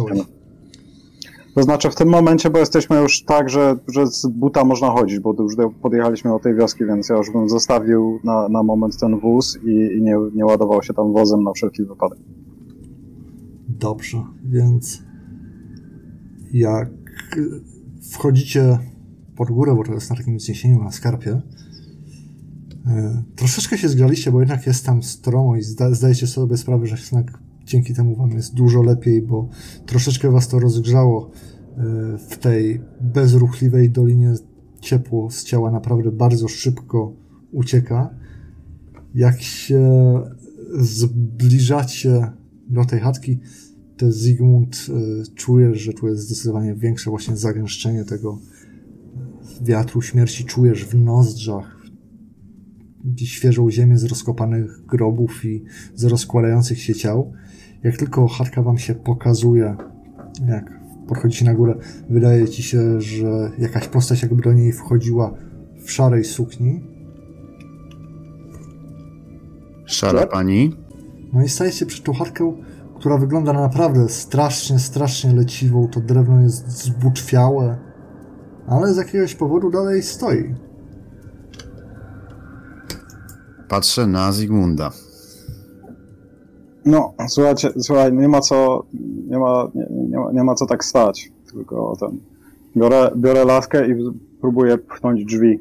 to znaczy w tym momencie, bo jesteśmy już tak, że z buta można chodzić, bo już podjechaliśmy do tej wioski, więc ja już bym zostawił na moment ten wóz i nie ładował się tam wozem na wszelki wypadek. Dobrze, więc jak wchodzicie pod górę, bo to jest na takim wzniesieniu, na skarpie, troszeczkę się zgraliście, bo jednak jest tam stromo i zdajecie sobie sprawę, że jednak dzięki temu wam jest dużo lepiej, bo troszeczkę was to rozgrzało. W tej bezruchliwej dolinie ciepło z ciała naprawdę bardzo szybko ucieka. Jak się zbliżacie do tej chatki, to Zygmunt czujesz, że tu jest zdecydowanie większe właśnie zagęszczenie tego wiatru śmierci. Czujesz w nozdrzach świeżą ziemię z rozkopanych grobów i z rozkładających się ciał. Jak tylko chatka wam się pokazuje, jak podchodzicie na górę, wydaje ci się, że jakaś postać jakby do niej wchodziła w szarej sukni. Szara pani. No i stajecie przed tą chatkę, która wygląda na naprawdę strasznie leciwą. To drewno jest zbutwiałe, ale z jakiegoś powodu dalej stoi. Patrzę na Zygmunda. No, słuchaj, nie ma co tak stać, tylko biorę laskę i próbuję pchnąć drzwi.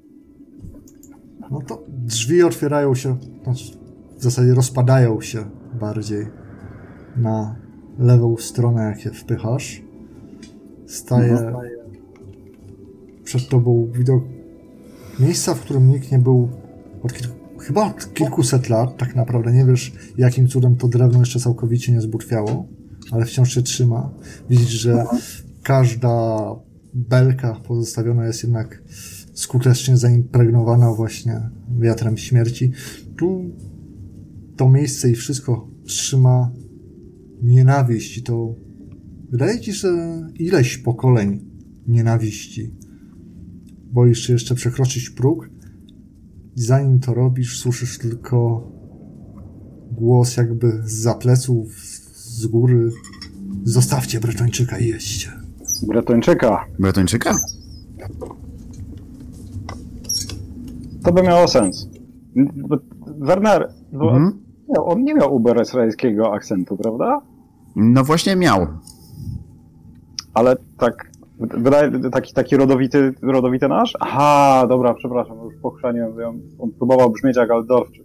No to drzwi otwierają się, znaczy w zasadzie rozpadają się bardziej na lewą stronę, jak je wpychasz. Staje przed tobą widok miejsca, w którym nikt nie był chyba od kilkuset lat. Tak naprawdę nie wiesz, jakim cudem to drewno jeszcze całkowicie nie zbutwiało, ale wciąż się trzyma. Widzisz, że każda belka pozostawiona jest jednak skutecznie zaimpregnowana właśnie wiatrem śmierci. Tu to miejsce i wszystko trzyma nienawiść i to wydaje ci, że ileś pokoleń nienawiści. Boisz się jeszcze przekroczyć próg i zanim to robisz, słyszysz tylko głos jakby zza pleców, z góry. Zostawcie Bretończyka i jedźcie. Bretończyka? To by miało sens. Werner, on nie miał uberesrajskiego akcentu, prawda? No właśnie miał. Ale tak, taki rodowity nasz? Aha, dobra, przepraszam, już pochrzaniłem, on próbował brzmieć jak Aldorfczyk.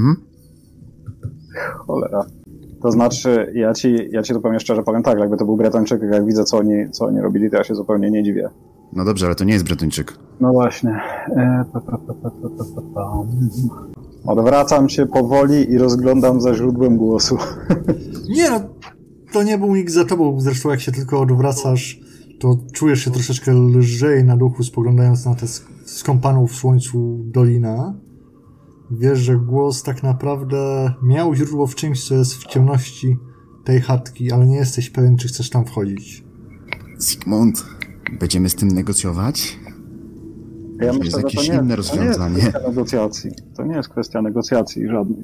Cholera. To znaczy, ja ci zupełnie szczerze powiem tak, jakby to był Bretończyk, jak widzę, co oni robili, to ja się zupełnie nie dziwię. No dobrze, ale to nie jest Bretończyk. No właśnie. Odwracam się powoli i rozglądam za źródłem głosu. Nie no, to nie był nikt za tobą. Zresztą jak się tylko odwracasz, to czujesz się troszeczkę lżej na duchu, spoglądając na tę skąpaną w słońcu dolinę. Wiesz, że głos tak naprawdę miał źródło w czymś, co jest w ciemności tej chatki, ale nie jesteś pewien, czy chcesz tam wchodzić. Zygmunt, będziemy z tym negocjować? Ja myślę, jest jakieś inne rozwiązanie. To nie jest kwestia negocjacji żadnej.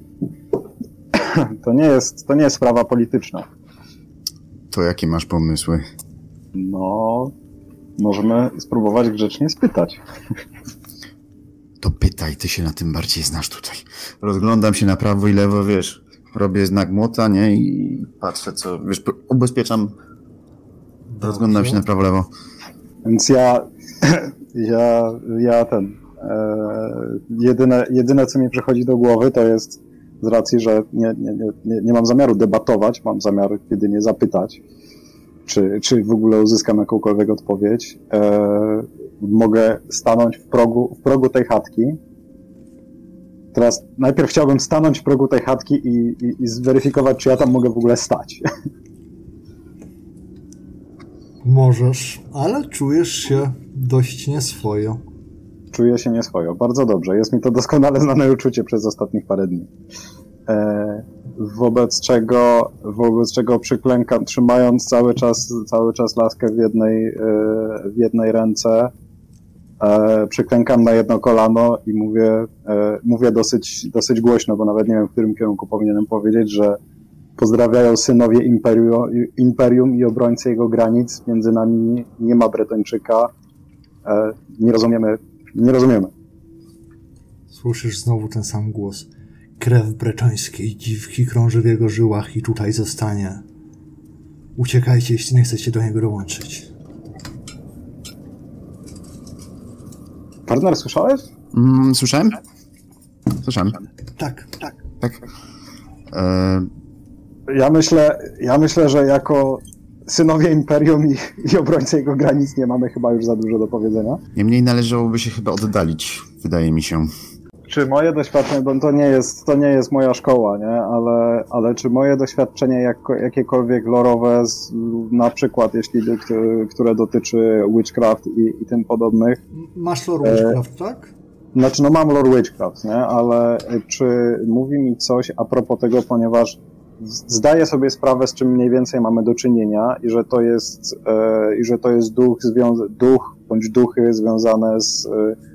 To nie jest sprawa polityczna. To jakie masz pomysły? No, możemy spróbować grzecznie spytać. To pytaj, ty się na tym bardziej znasz tutaj. Rozglądam się na prawo i lewo, wiesz, robię znak młota, nie? I patrzę, co, wiesz, ubezpieczam. Rozglądam się na prawo, lewo. Więc jedyne, co mi przychodzi do głowy, to jest z racji, że nie mam zamiaru debatować, mam zamiar jedynie zapytać, czy w ogóle uzyskam jakąkolwiek odpowiedź. Mogę stanąć w progu tej chatki. Teraz najpierw chciałbym stanąć w progu tej chatki i zweryfikować, czy ja tam mogę w ogóle stać. Możesz, ale czujesz się dość nieswojo. Czuję się nieswojo. Bardzo dobrze. Jest mi to doskonale znane uczucie przez ostatnich parę dni. Wobec czego przyklękam, trzymając cały czas laskę w jednej ręce. Przyklękam na jedno kolano i mówię dosyć głośno, bo nawet nie wiem, w którym kierunku powinienem powiedzieć, że pozdrawiają synowie Imperium i obrońcy jego granic. Między nami nie ma Bretończyka. Nie rozumiemy. Słyszysz znowu ten sam głos. Krew bretońskiej dziwki krąży w jego żyłach i tutaj zostanie. Uciekajcie, jeśli nie chcecie do niego dołączyć. Partner, słyszałeś? Słyszałem? Słyszałem. Tak. Ja myślę, że jako synowie Imperium i obrońcy jego granic nie mamy chyba już za dużo do powiedzenia. Niemniej należałoby się chyba oddalić, wydaje mi się. Czy moje doświadczenie, bo to nie jest moja szkoła, nie? Ale czy moje doświadczenie jakiekolwiek lorowe, na przykład które dotyczy witchcraft i tym podobnych. Masz lore witchcraft, tak? Znaczy, no mam lore witchcraft, nie? Ale czy mówi mi coś a propos tego, ponieważ zdaję sobie sprawę, z czym mniej więcej mamy do czynienia i że to jest duch bądź duchy związane z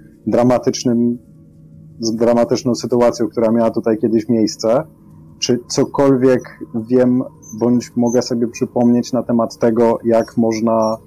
dramatyczną sytuacją, która miała tutaj kiedyś miejsce. Czy cokolwiek wiem, bądź mogę sobie przypomnieć na temat tego, jak można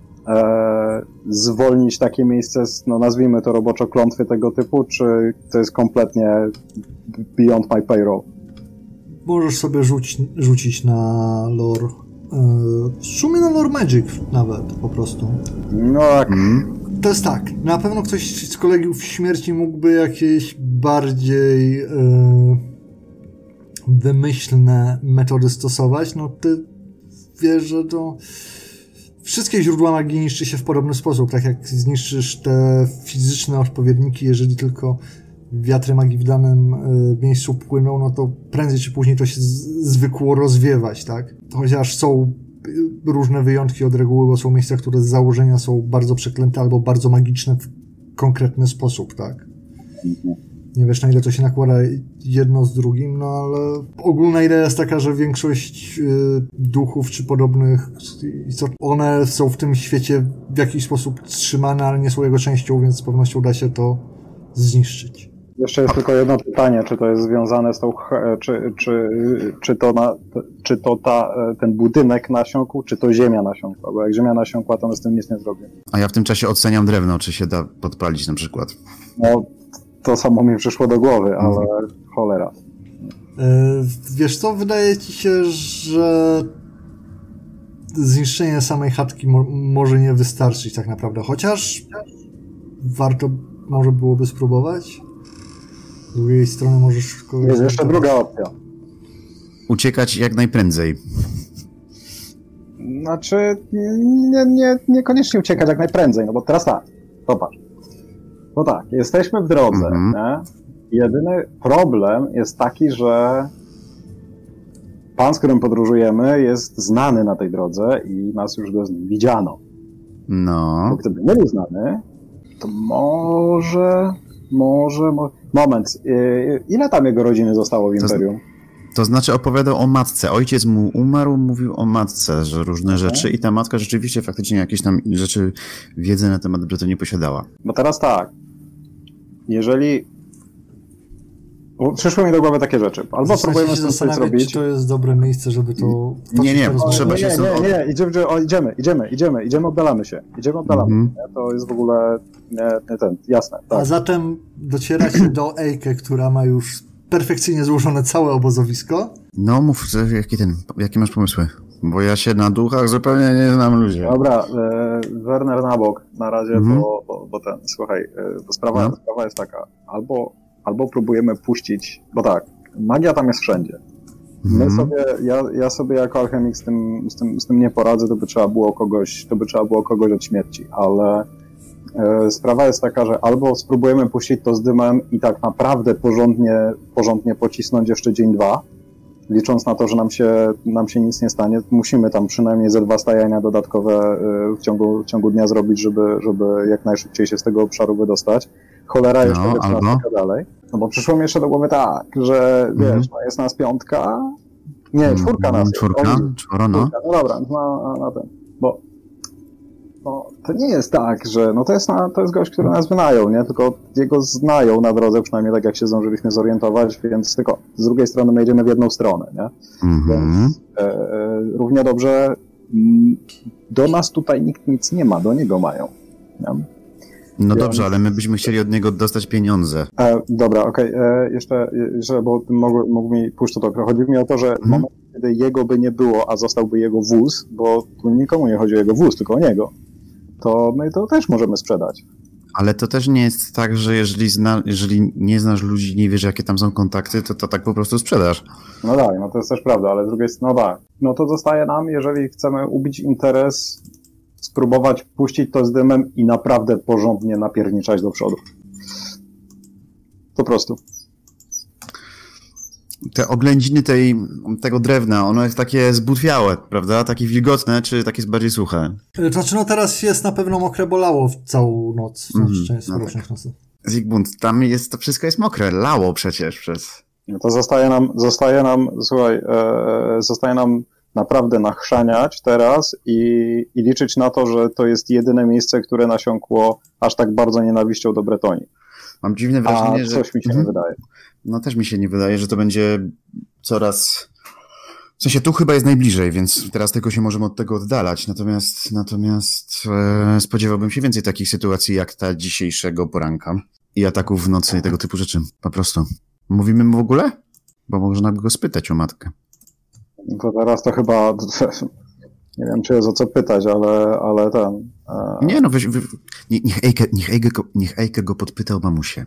zwolnić takie miejsce z, no nazwijmy to roboczo, klątwy tego typu, czy to jest kompletnie beyond my payroll? Możesz sobie rzucić na lore. W sumie na lore magic nawet, po prostu. No tak. To jest tak. Na pewno ktoś z kolegiów śmierci mógłby jakieś bardziej wymyślne metody stosować. No ty wiesz, że to wszystkie źródła magii niszczy się w podobny sposób. Tak jak zniszczysz te fizyczne odpowiedniki, jeżeli tylko wiatry magii w danym miejscu płyną, no to prędzej czy później to się zwykło rozwiewać, tak? Chociaż są różne wyjątki od reguły, bo są miejsca, które z założenia są bardzo przeklęte albo bardzo magiczne w konkretny sposób, tak? Nie wiesz, na ile to się nakłada jedno z drugim, no ale ogólna idea jest taka, że większość duchów czy podobnych istot, one są w tym świecie w jakiś sposób trzymane, ale nie są jego częścią, więc z pewnością da się to zniszczyć. Jeszcze jest tylko jedno pytanie, czy to jest związane z tą, czy to ten budynek nasiąkł, czy to ziemia nasiąkła, bo jak ziemia nasiąkła, to my z tym nic nie zrobimy. A ja w tym czasie oceniam drewno, czy się da podpalić na przykład. No, to samo mi przyszło do głowy, ale cholera. Wiesz co, wydaje ci się, że zniszczenie samej chatki może nie wystarczyć tak naprawdę, chociaż warto może byłoby spróbować. Z drugiej strony możesz kogoś... Jest jeszcze druga opcja. Uciekać jak najprędzej. Znaczy, niekoniecznie uciekać jak najprędzej, no bo teraz tak, popatrz. No tak, jesteśmy w drodze, nie? Jedyny problem jest taki, że pan, z którym podróżujemy, jest znany na tej drodze i nas już go z nim widziano. No. Bo gdyby nie był znany, to może... Moment, ile tam jego rodziny zostało w Imperium? To znaczy opowiadał o matce. Ojciec mu umarł, mówił o matce, że różne rzeczy i ta matka rzeczywiście faktycznie jakieś tam rzeczy, wiedzę na temat Bretonii posiadała. Bo teraz tak, jeżeli... Przyszły mi do głowy takie rzeczy. Albo próbujemy z tym coś zrobić. Czy to jest dobre miejsce, żeby to... Nie, trzeba się... Idziemy, oddalamy się. To jest w ogóle jasne. Tak. A zatem docieracie do Ejke, która ma już perfekcyjnie złożone całe obozowisko. No mów, jakie masz pomysły? Bo ja się na duchach zupełnie nie znam ludzi. Dobra, Werner na bok na razie, bo słuchaj, sprawa jest taka, albo próbujemy puścić, bo tak, magia tam jest wszędzie. My sobie, ja sobie jako alchemik z tym nie poradzę, to by trzeba było kogoś od śmierci, ale sprawa jest taka, że albo spróbujemy puścić to z dymem i tak naprawdę porządnie pocisnąć jeszcze dzień, dwa, licząc na to, że nam się nic nie stanie. Musimy tam przynajmniej ze 2 stajania dodatkowe w ciągu dnia zrobić, żeby jak najszybciej się z tego obszaru wydostać. Cholera jeszcze wytrzyma dalej. No bo przyszło mi jeszcze do głowy tak, że wiesz, jest nas 5, nie, 4 nas jest. 4, no. No dobra, na ten, bo No, to nie jest tak, że to jest gość, który nas wynajął, nie? Tylko jego znają na drodze, przynajmniej tak jak się zdążyliśmy zorientować, więc tylko z drugiej strony my idziemy w jedną stronę, nie? Więc równie dobrze do nas tutaj nikt nic nie ma, do niego mają. Nie? No dobrze, ale my byśmy chcieli od niego dostać pieniądze. Dobra, okej. Jeszcze, bo mógł mi pójść to trochę. Chodzi mi o to, że w momencie, kiedy jego by nie było, a zostałby jego wóz, bo tu nikomu nie chodzi o jego wóz, tylko o niego, to my to też możemy sprzedać. Ale to też nie jest tak, że jeżeli nie znasz ludzi, nie wiesz, jakie tam są kontakty, to tak po prostu sprzedasz. No tak, no to jest też prawda, ale z drugiej strony, no tak. No to zostaje nam, jeżeli chcemy ubić interes, spróbować puścić to z dymem i naprawdę porządnie napierniczać do przodu. Po prostu. Te oględziny tego drewna, ono jest takie zbutwiałe, prawda? Takie wilgotne, czy takie bardziej suche? Znaczy, no teraz jest na pewno mokre, bo lało w całą noc. Część nocy. Zygmunt, to wszystko jest mokre, lało przecież przez... No to zostaje nam naprawdę nachrzaniać teraz i liczyć na to, że to jest jedyne miejsce, które nasiąkło aż tak bardzo nienawiścią do Bretonii. Mam dziwne wrażenie, że... coś mi się nie wydaje. No też mi się nie wydaje, że to będzie coraz... W sensie tu chyba jest najbliżej, więc teraz tylko się możemy od tego oddalać. Natomiast spodziewałbym się więcej takich sytuacji jak ta dzisiejszego poranka i ataków w nocy i tego typu rzeczy. Po prostu. Mówimy mu w ogóle? Bo można by go spytać o matkę. To teraz to chyba... Nie wiem, czy jest o co pytać, ale ten... Nie, no niech Ejke go podpyta o mamusię.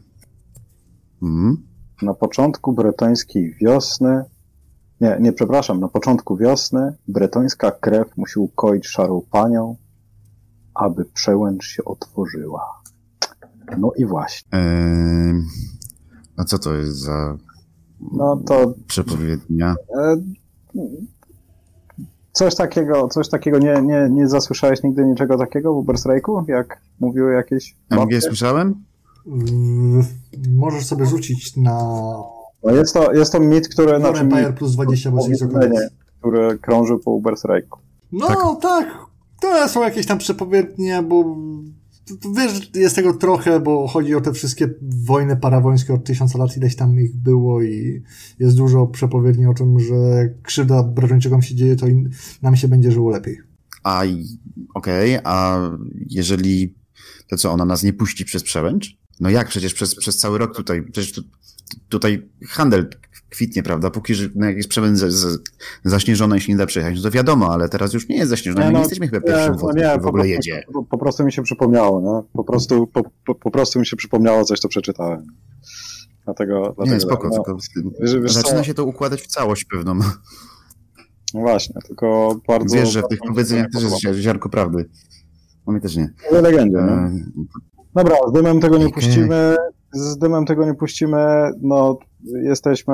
Na początku bretońskiej wiosny... przepraszam. Na początku wiosny bretońska krew musi ukoić szarą panią, aby przełęcz się otworzyła. No i właśnie. A co to jest za... No to... przepowiednia? Coś takiego nie zasłyszałeś nigdy niczego takiego w Uberstrajku, jak mówiły jakieś MG słyszałem? Możesz sobie rzucić na... No jest to mit, który... Empire plus 20, bo który krąży po Uberstrajku. No tak, to są jakieś tam przepowiednie, bo wiesz, jest tego trochę, bo chodzi o te wszystkie wojny parawońskie od 1000 lat, ileś tam ich było i jest dużo przepowiedni o tym, że jak krzywda Bretończykom się dzieje, to nam się będzie żyło lepiej. Okej, a jeżeli to co, ona nas nie puści przez przełęcz? No jak, przecież przez cały rok tutaj handel kwitnie, prawda? Póki jest przełęcz zaśnieżona i się nie da przejechać, no to wiadomo, ale teraz już nie jest zaśnieżona, my nie jesteśmy chyba pierwszym wodem, który w ogóle jedzie. Po prostu mi się przypomniało, no. Po prostu mi się przypomniało coś, co przeczytałem. Dlatego nie, spoko, tylko zaczyna się to układać w całość pewną. No właśnie, tylko bardzo... Wiesz, że w tych powiedzeniach też jest ziarnko prawdy. No mnie też nie. To legendzie, nie? Dobra, z dymem tego nie puścimy. No jesteśmy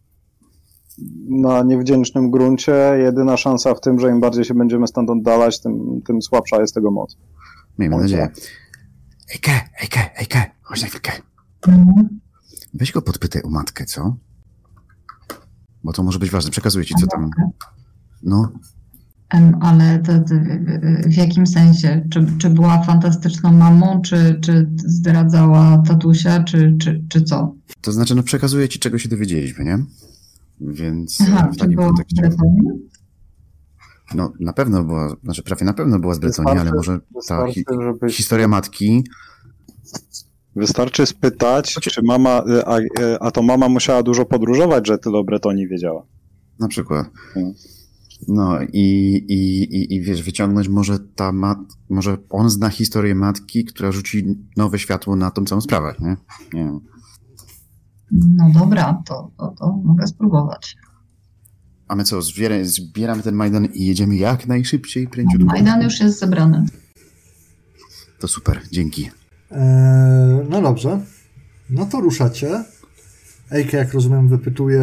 na niewdzięcznym gruncie. Jedyna szansa w tym, że im bardziej się będziemy stąd oddalać, tym słabsza jest tego moc. Miejmy nadzieję. Ejke, chodź na chwilkę. Weź go podpytaj o matkę, co? Bo to może być ważne. Przekazuję ci, co tam... No. Ale w jakim sensie? Czy była fantastyczną mamą, czy zdradzała tatusia, czy co? To znaczy, no przekazuję ci, czego się dowiedzieliśmy, nie? Więc Aha, w takim była kontekście. z Bretonii? No, na pewno była, znaczy prawie na pewno była z Bretonii, ale może ta historia matki... Wystarczy spytać, czy mama, a to mama musiała dużo podróżować, że tyle o Bretonii wiedziała. Na przykład. No i wiesz, wyciągnąć może on zna historię matki, która rzuci nowe światło na tą całą sprawę, nie? Nie wiem. No dobra, to mogę spróbować. A my co, zbieramy ten Majdan i jedziemy jak najszybciej, prędziutko? Majdan już jest zebrany. To super, dzięki. No dobrze. No to ruszacie. Ejke, jak rozumiem, wypytuje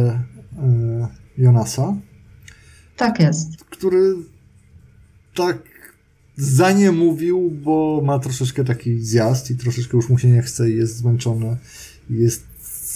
Jonasa. Tak jest. Który tak zaniemówił, bo ma troszeczkę taki zjazd i troszeczkę już mu się nie chce i jest zmęczony. Jest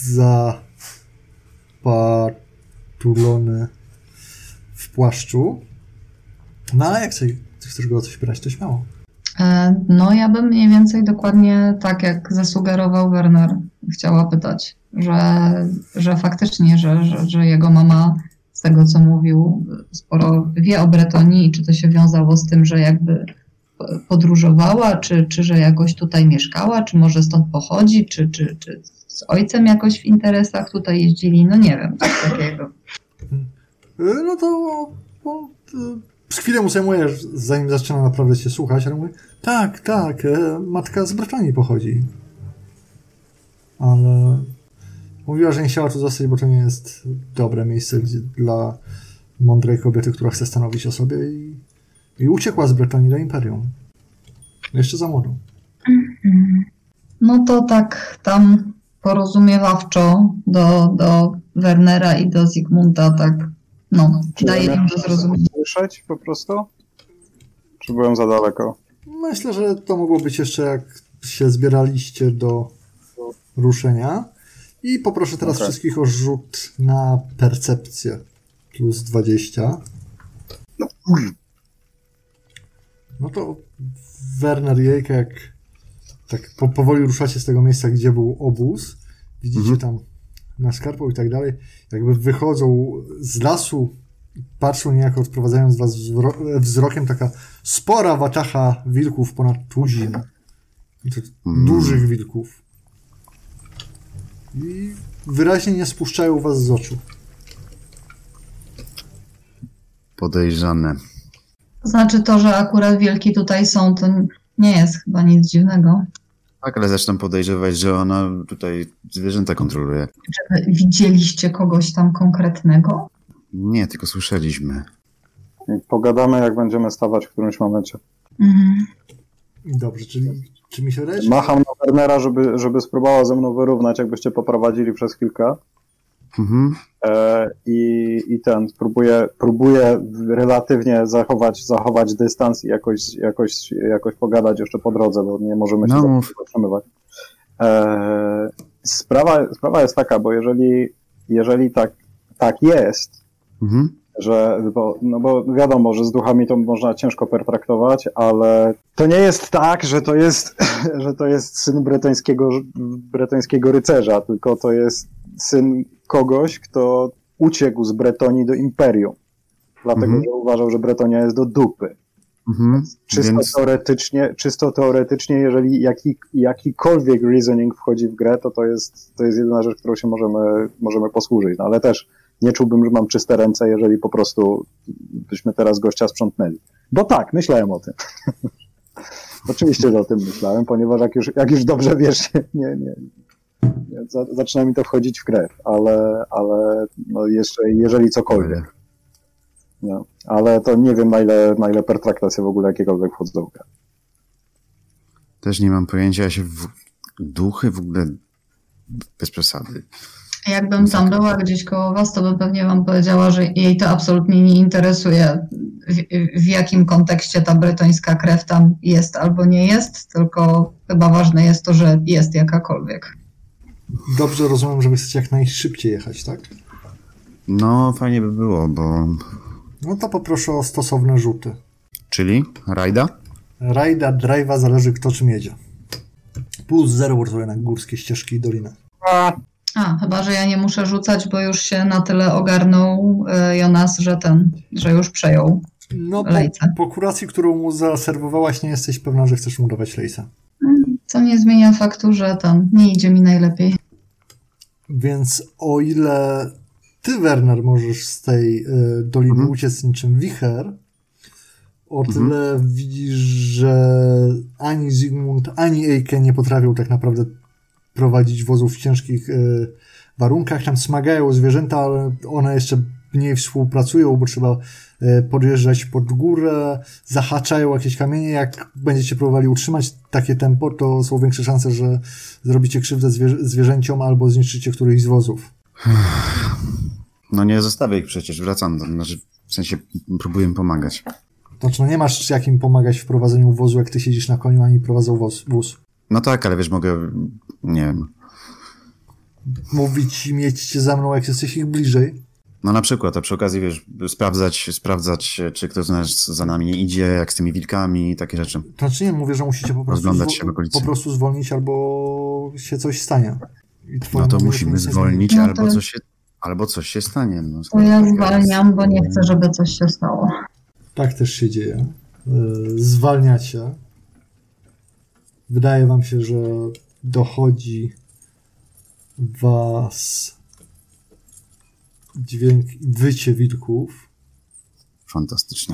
zapatulony w płaszczu. No ale jak chcesz go o coś pytać, to śmiało. No ja bym mniej więcej dokładnie tak, jak zasugerował Werner, chciała pytać, że faktycznie, że jego mama, z tego co mówił, sporo wie o Bretonii i czy to się wiązało z tym, że jakby podróżowała, czy że jakoś tutaj mieszkała, czy może stąd pochodzi, czy z ojcem jakoś w interesach tutaj jeździli, no nie wiem, coś takiego. No to z chwilę mu zajmujesz, zanim zaczyna naprawdę cię słuchać, ale mówi, tak, matka z Bretonii pochodzi. Ale mówiła, że nie chciała tu zostać, bo to nie jest dobre miejsce dla mądrej kobiety, która chce stanowić o sobie i uciekła z Bretonii do Imperium. Jeszcze za młodą. No to tak tam porozumiewawczo do Wernera i do Zygmunta, tak, no, daje im do zrozumienia. Słyszeć po prostu? Czy byłem za daleko? Myślę, że to mogło być jeszcze jak się zbieraliście do ruszenia. I poproszę teraz wszystkich o rzut na percepcję. Plus 20. No to Werner i Jejka, jak tak powoli ruszacie z tego miejsca, gdzie był obóz, widzicie tam na skarpą i tak dalej, jakby wychodzą z lasu, patrzą niejako, odprowadzając was wzrokiem, taka spora watacha wilków, ponad tuzin. Dużych wilków. I wyraźnie nie spuszczają was z oczu. Podejrzane. Znaczy to, że akurat wielki tutaj są, to nie jest chyba nic dziwnego. Tak, ale zaczynam podejrzewać, że ona tutaj zwierzęta kontroluje. Czy wy widzieliście kogoś tam konkretnego? Nie, tylko słyszeliśmy. Pogadamy, jak będziemy stawać w którymś momencie. Dobrze, czyli czy mi się wydaje? Macham na Wernera, żeby spróbowała ze mną wyrównać, jakbyście poprowadzili przez chwilkę. I próbuję relatywnie zachować dystans i jakoś pogadać jeszcze po drodze, bo nie możemy się zatrzymywać. Sprawa jest taka, bo jeżeli tak jest, bo wiadomo, że z duchami to można ciężko pertraktować, ale to nie jest tak, że to jest syn bretońskiego rycerza, tylko to jest syn kogoś, kto uciekł z Bretonii do Imperium. Dlatego, że uważał, że Bretonia jest do dupy. Czysto teoretycznie, jeżeli jakikolwiek reasoning wchodzi w grę, to jest jedyna rzecz, którą się możemy posłużyć. No, ale też nie czułbym, że mam czyste ręce, jeżeli po prostu byśmy teraz gościa sprzątnęli. Bo tak, myślałem o tym. Oczywiście, że o tym myślałem, ponieważ jak już dobrze wiesz, zaczyna mi to wchodzić w krew, ale no jeszcze, jeżeli cokolwiek. No, ale to nie wiem, na ile pertraktacje w ogóle jakiekolwiek wchodzą w grę. Też nie mam pojęcia, duchy w ogóle bez przesady. Jakbym tam była gdzieś koło was, to bym pewnie wam powiedziała, że jej to absolutnie nie interesuje, w jakim kontekście ta bretońska krew tam jest albo nie jest, tylko chyba ważne jest to, że jest jakakolwiek. Dobrze rozumiem, że wy chcecie jak najszybciej jechać, tak? No, fajnie by było, bo... No to poproszę o stosowne rzuty. Czyli? Rajda? Rajda, drive'a, zależy kto czym jedzie. Plus 0, bo to jednak górskie ścieżki i doliny. Chyba, że ja nie muszę rzucać, bo już się na tyle ogarnął Jonas, że już przejął lejce. Po kuracji, którą mu zaserwowałaś, nie jesteś pewna, że chcesz mu dawać lejsa. Co nie zmienia faktu, że nie idzie mi najlepiej. Więc o ile ty, Werner, możesz z tej doliny uciec niczym wicher, o tyle widzisz, że ani Zygmunt, ani Eike nie potrafią tak naprawdę prowadzić wozów w ciężkich warunkach. Tam smagają zwierzęta, ale one jeszcze mniej współpracują, bo trzeba podjeżdżać pod górę, zahaczają jakieś kamienie. Jak będziecie próbowali utrzymać takie tempo, to są większe szanse, że zrobicie krzywdę zwierzęciom albo zniszczycie któryś z wozów. No nie zostawię ich przecież, wracam. Znaczy, w sensie próbuję pomagać. Znaczy, no nie masz jakim pomagać w prowadzeniu wozu, jak ty siedzisz na koniu, ani prowadzą wóz. No tak, ale wiesz, mogę... Nie wiem. Mówić im, jedźcie za mną, jak jesteś ich bliżej. No na przykład, a przy okazji, wiesz, sprawdzać, czy ktoś za nami nie idzie, jak z tymi wilkami i takie rzeczy. To znaczy nie, mówię, że musicie Rozglądać się w okolicy. po prostu zwolnić, albo się coś stanie. No to musimy zwolnić, No albo, to- albo coś się stanie. No, To ja zwalniam, bo nie chcę, żeby coś się stało. Tak też się dzieje. Zwalniacie. Wydaje wam się, że dochodzi was dźwięk i wycie wilków, Fantastycznie.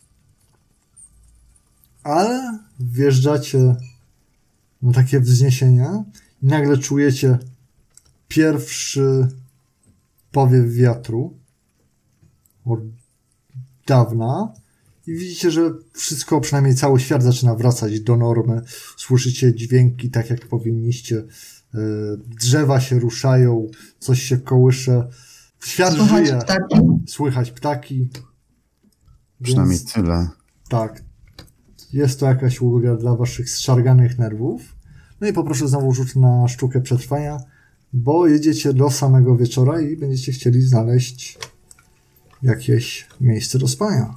ale wjeżdżacie na takie wzniesienie i nagle czujecie pierwszy powiew wiatru od dawna i widzicie, że wszystko, przynajmniej cały świat zaczyna wracać do normy. Słyszycie dźwięki tak, jak powinniście. Drzewa się ruszają, coś się kołysze. Świat Słychać żyje. ptaki. Słychać ptaki. Przynajmniej Więc tyle. tak, jest to jakaś ulga dla waszych zszarganych nerwów. No i poproszę znowu rzut na sztukę przetrwania, bo jedziecie do samego wieczora i będziecie chcieli znaleźć jakieś miejsce do spania.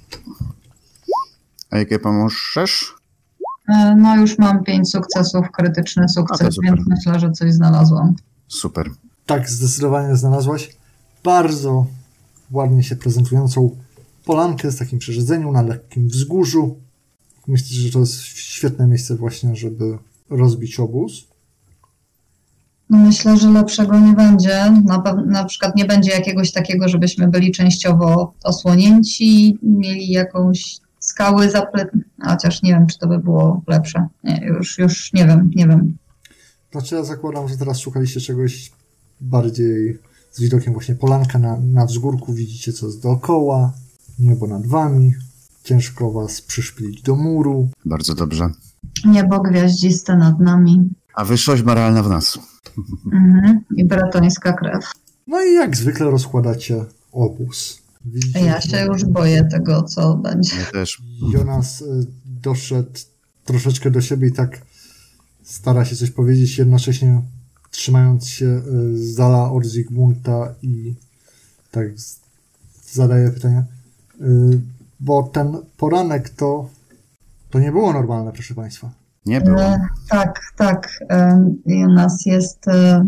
A jakie pomożesz? No już mam 5 sukcesów, krytyczny A, to sukces, super. więc myślę, że coś znalazłam. Super. Tak, zdecydowanie znalazłaś bardzo ładnie się prezentującą polankę z takim przerzedzeniem na lekkim wzgórzu. Myślę, że to jest świetne miejsce właśnie, żeby rozbić obóz. Myślę, że lepszego nie będzie. Na przykład nie będzie jakiegoś takiego, żebyśmy byli częściowo osłonięci, mieli jakąś skały chociaż nie wiem, czy to by było lepsze. Nie, już nie wiem. Znaczy ja zakładam, że teraz szukaliście czegoś bardziej z widokiem właśnie polanka na wzgórku, widzicie co jest dookoła, niebo nad wami, ciężko was przyszpilić do muru. Bardzo dobrze. Niebo gwiaździste nad nami. A wyższość moralna w nas. I bretońska krew. No i jak zwykle rozkładacie obóz. Widzicie, Ja się już boję tego, co będzie. Ja też. Jonas doszedł troszeczkę do siebie i tak stara się coś powiedzieć, jednocześnie trzymając się z dala od Zygmunta i tak zadaje pytania. Bo ten poranek to nie było normalne, proszę Państwa. Nie było. Tak. U nas jest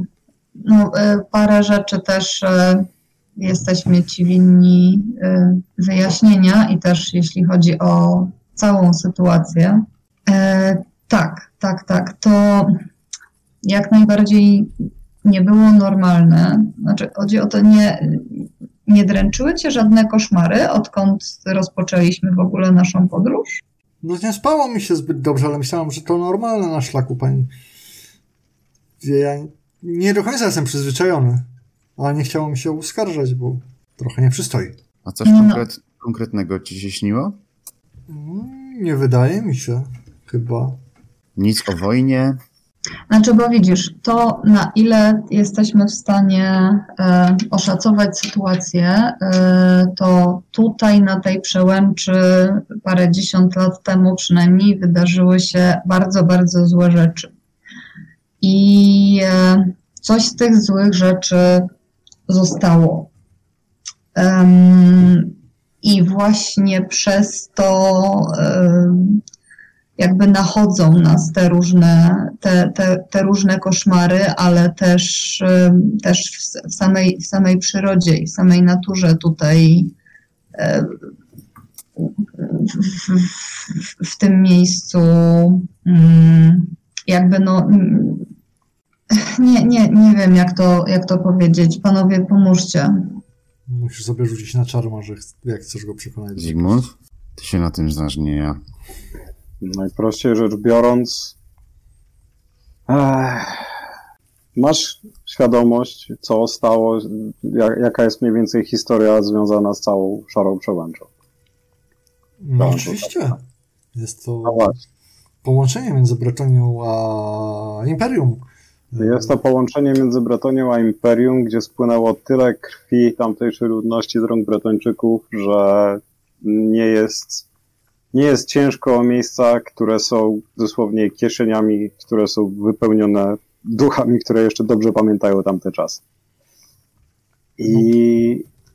parę rzeczy też jesteśmy ci winni wyjaśnienia i też jeśli chodzi o całą sytuację. Tak. To jak najbardziej nie było normalne. Znaczy, chodzi o to, nie dręczyły cię żadne koszmary, odkąd rozpoczęliśmy w ogóle naszą podróż? No nie spało mi się zbyt dobrze, ale myślałam, że to normalne na szlaku, pani. Ja nie do końca jestem przyzwyczajony, ale nie chciało mi się uskarżać, bo trochę nie przystoi. A coś konkretnego ci się śniło? Nie wydaje mi się, chyba. Nic o wojnie? Znaczy, bo widzisz, to na ile jesteśmy w stanie oszacować sytuację, to tutaj na tej przełęczy parędziesiąt lat temu przynajmniej wydarzyły się bardzo, bardzo złe rzeczy. I coś z tych złych rzeczy zostało. I właśnie przez to jakby nachodzą nas te różne koszmary, ale też w samej przyrodzie i w samej naturze tutaj w tym miejscu jakby nie wiem jak to powiedzieć. Panowie, pomóżcie. Musisz sobie rzucić na czarma, że jak chcesz go przekonać. Zygmunt? Ty się na tym znasz, nie ja. Najprościej rzecz biorąc, masz świadomość, co stało, jaka jest mniej więcej historia związana z całą Szarą Przełęczą. No oczywiście. Jest to No właśnie. połączenie między Bretonią a Imperium. Jest to połączenie między Bretonią a Imperium, gdzie spłynęło tyle krwi tamtejszej ludności z rąk Bretończyków, że nie jest ciężko o miejsca, które są dosłownie kieszeniami, które są wypełnione duchami, które jeszcze dobrze pamiętają tamte czasy. I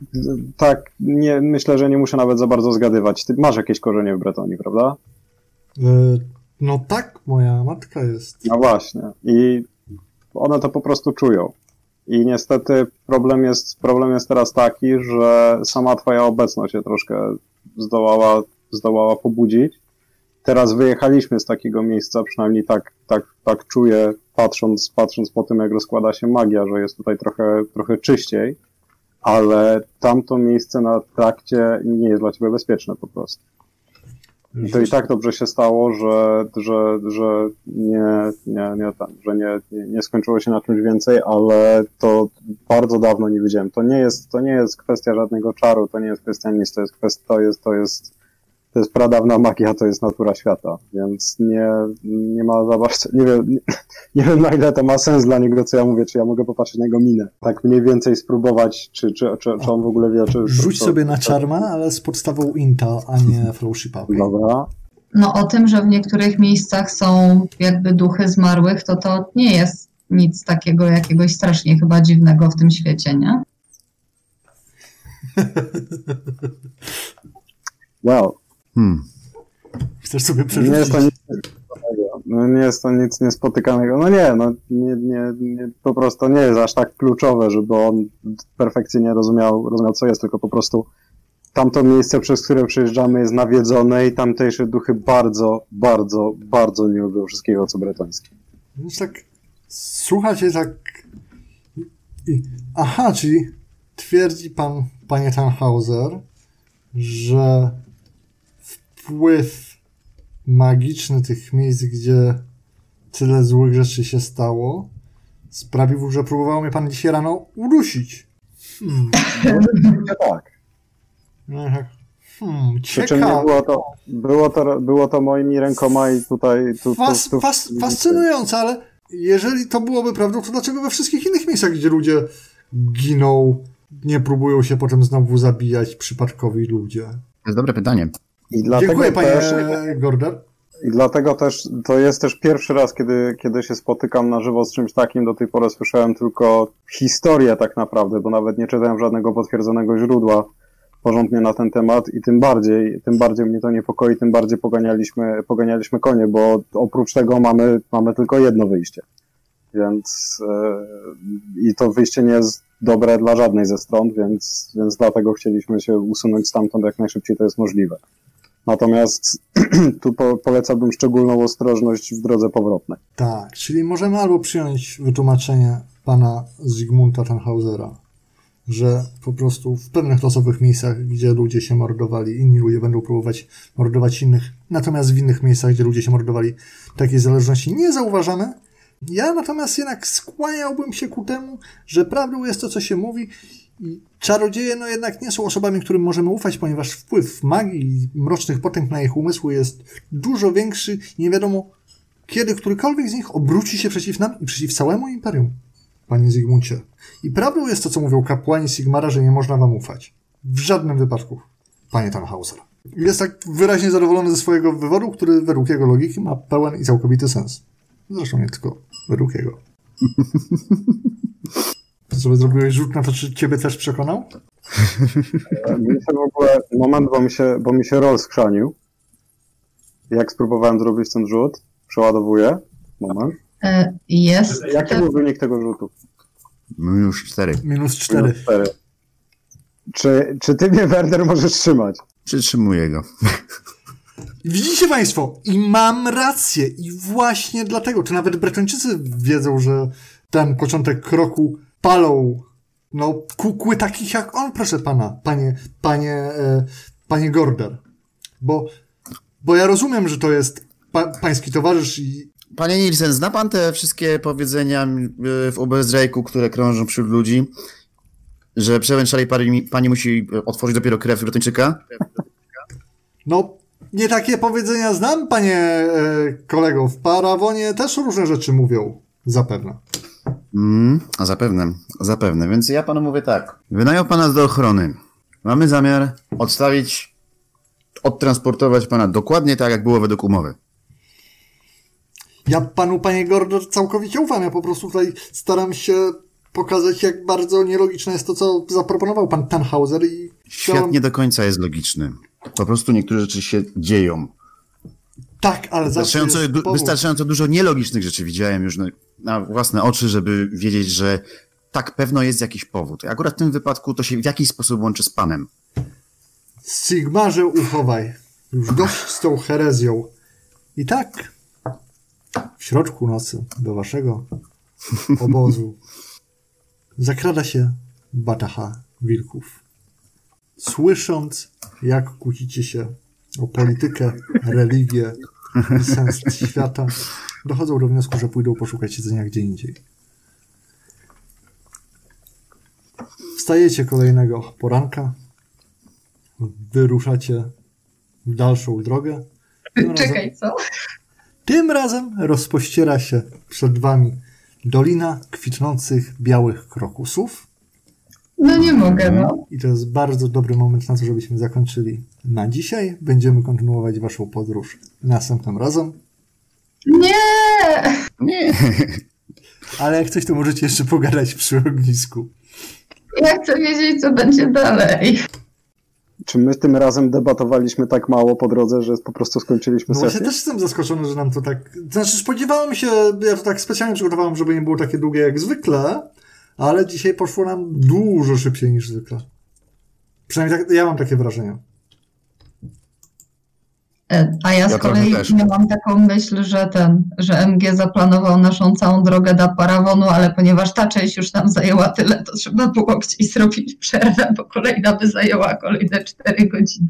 tak, nie, myślę, że nie muszę nawet za bardzo zgadywać. Ty masz jakieś korzenie w Bretonii, prawda? No tak, moja matka jest. No właśnie. I one to po prostu czują. I niestety problem jest teraz taki, że sama twoja obecność się troszkę zdołała pobudzić. Teraz wyjechaliśmy z takiego miejsca, przynajmniej tak czuję, patrząc po tym, jak rozkłada się magia, że jest tutaj trochę czyściej, ale tamto miejsce na trakcie nie jest dla ciebie bezpieczne po prostu. I to i tak dobrze się stało, że nie skończyło się na czymś więcej, ale to bardzo dawno nie widziałem. To nie jest kwestia żadnego czaru, to nie jest kwestia nic, to jest pradawna magia, to jest natura świata, więc nie ma za bardzo, nie wiem na ile to ma sens dla niego, co ja mówię, czy ja mogę popatrzeć na jego minę. Tak mniej więcej spróbować, czy on w ogóle wie, czy... Rzuć sobie na czarma, ale z podstawą inta, a nie fellowshipa. Okay? Dobra. No o tym, że w niektórych miejscach są jakby duchy zmarłych, to nie jest nic takiego jakiegoś strasznie chyba dziwnego w tym świecie, nie? Wow. Chcesz sobie przerzucić? Nie jest to nic niespotykanego. Po prostu nie jest aż tak kluczowe, żeby on perfekcyjnie rozumiał, co jest, tylko po prostu tamto miejsce, przez które przejeżdżamy, jest nawiedzone i tamtejsze duchy bardzo, bardzo, bardzo nie lubią wszystkiego, co bretońskie. Więc tak słuchacie tak... Aha, czyli twierdzi panie Tannhauser, że wpływ magiczny tych miejsc, gdzie tyle złych rzeczy się stało, sprawił, że próbował mnie pan dzisiaj rano udusić. Tak. Ciekawe. Było to moimi rękoma i tutaj... Fascynujące, ale jeżeli to byłoby prawdą, to dlaczego we wszystkich innych miejscach, gdzie ludzie giną, nie próbują się potem znowu zabijać przypadkowi ludzie? To jest dobre pytanie. Dziękuję, panie Gorder. I dlatego też to jest też pierwszy raz, kiedy się spotykam na żywo z czymś takim. Do tej pory słyszałem tylko historię tak naprawdę, bo nawet nie czytałem żadnego potwierdzonego źródła porządnie na ten temat i tym bardziej mnie to niepokoi, tym bardziej poganialiśmy konie, bo oprócz tego mamy tylko jedno wyjście. Więc i to wyjście nie jest dobre dla żadnej ze stron, więc dlatego chcieliśmy się usunąć stamtąd jak najszybciej to jest możliwe. Natomiast tu polecałbym szczególną ostrożność w drodze powrotnej. Tak, czyli możemy albo przyjąć wytłumaczenie pana Zygmunta Tannhausera, że po prostu w pewnych losowych miejscach, gdzie ludzie się mordowali, inni ludzie będą próbować mordować innych, natomiast w innych miejscach, gdzie ludzie się mordowali, takiej zależności nie zauważamy. Ja natomiast jednak skłaniałbym się ku temu, że prawdą jest to, co się mówi i czarodzieje jednak nie są osobami, którym możemy ufać, ponieważ wpływ magii i mrocznych potęg na ich umysły jest dużo większy i nie wiadomo, kiedy którykolwiek z nich obróci się przeciw nam i przeciw całemu imperium, panie Zygmuncie. I prawdą jest to, co mówią kapłani Sigmara, że nie można wam ufać. W żadnym wypadku, panie Tannhauser. Jest tak wyraźnie zadowolony ze swojego wywodu, który według jego logiki ma pełen i całkowity sens. Zresztą nie tylko według jego. To sobie zrobiłeś rzut na to, czy ciebie też przekonał? W ogóle moment, bo mi się roll skrzanił. Jak spróbowałem zrobić ten rzut, przeładowuję. Moment. Jest. Jaki był wynik tego rzutu? Minus 4. Minus 4. Czy ty mnie, Werner, możesz trzymać? Przytrzymuję go. Widzicie państwo, i mam rację, i właśnie dlatego, to nawet Bretończycy wiedzą, że ten początek kroku palą, kukły takich jak on, proszę pana, panie Gorder. Bo ja rozumiem, że to jest pański towarzysz i... Panie Nielsen, zna pan te wszystkie powiedzenia w Oberstreichu, które krążą wśród ludzi, że przełęcz szarej pani musi otworzyć dopiero krew Bretończyka? Nie takie powiedzenia znam, panie kolego. W Parawonie też różne rzeczy mówią. Zapewne. Zapewne. Więc ja panu mówię tak. Wynajął pana do ochrony. Mamy zamiar odtransportować pana dokładnie tak, jak było według umowy. Ja panu, panie Gordon, całkowicie ufam. Ja po prostu tutaj staram się pokazać, jak bardzo nielogiczne jest to, co zaproponował pan Tannhauser i Świat nie do końca jest logiczny. Po prostu niektóre rzeczy się dzieją. Tak, ale Wystarczająco dużo nielogicznych rzeczy widziałem już na własne oczy, żeby wiedzieć, że tak pewno jest jakiś powód. Akurat w tym wypadku to się w jakiś sposób łączy z Panem. Sigmarze, uchowaj. Już dość z tą herezją. I tak, w środku nocy do waszego obozu zakrada się bataha wilków. Słysząc, jak kłócicie się o politykę, religię i sens świata, dochodzą do wniosku, że pójdą poszukać jedzenia gdzie indziej. Wstajecie kolejnego poranka, wyruszacie w dalszą drogę. Czekaj, co? Tym razem rozpościera się przed wami dolina kwitnących białych krokusów. No nie mogę, no. I to jest bardzo dobry moment na to, żebyśmy zakończyli na dzisiaj. Będziemy kontynuować waszą podróż następnym razem. Nie! Ale jak coś, to możecie jeszcze pogadać przy ognisku. Ja chcę wiedzieć, co będzie dalej. Czy my tym razem debatowaliśmy tak mało po drodze, że po prostu skończyliśmy No sesję? właśnie też jestem zaskoczony, że nam to tak... Znaczy spodziewałem się, ja to tak specjalnie przygotowałem, żeby nie było takie długie jak zwykle, ale dzisiaj poszło nam dużo szybciej niż zwykle. Przynajmniej tak, ja mam takie wrażenie. A ja z kolei miałam taką myśl, że MG zaplanował naszą całą drogę do Parawonu, ale ponieważ ta część już nam zajęła tyle, to trzeba było gdzieś zrobić przerwę, bo kolejna by zajęła kolejne 4 godziny.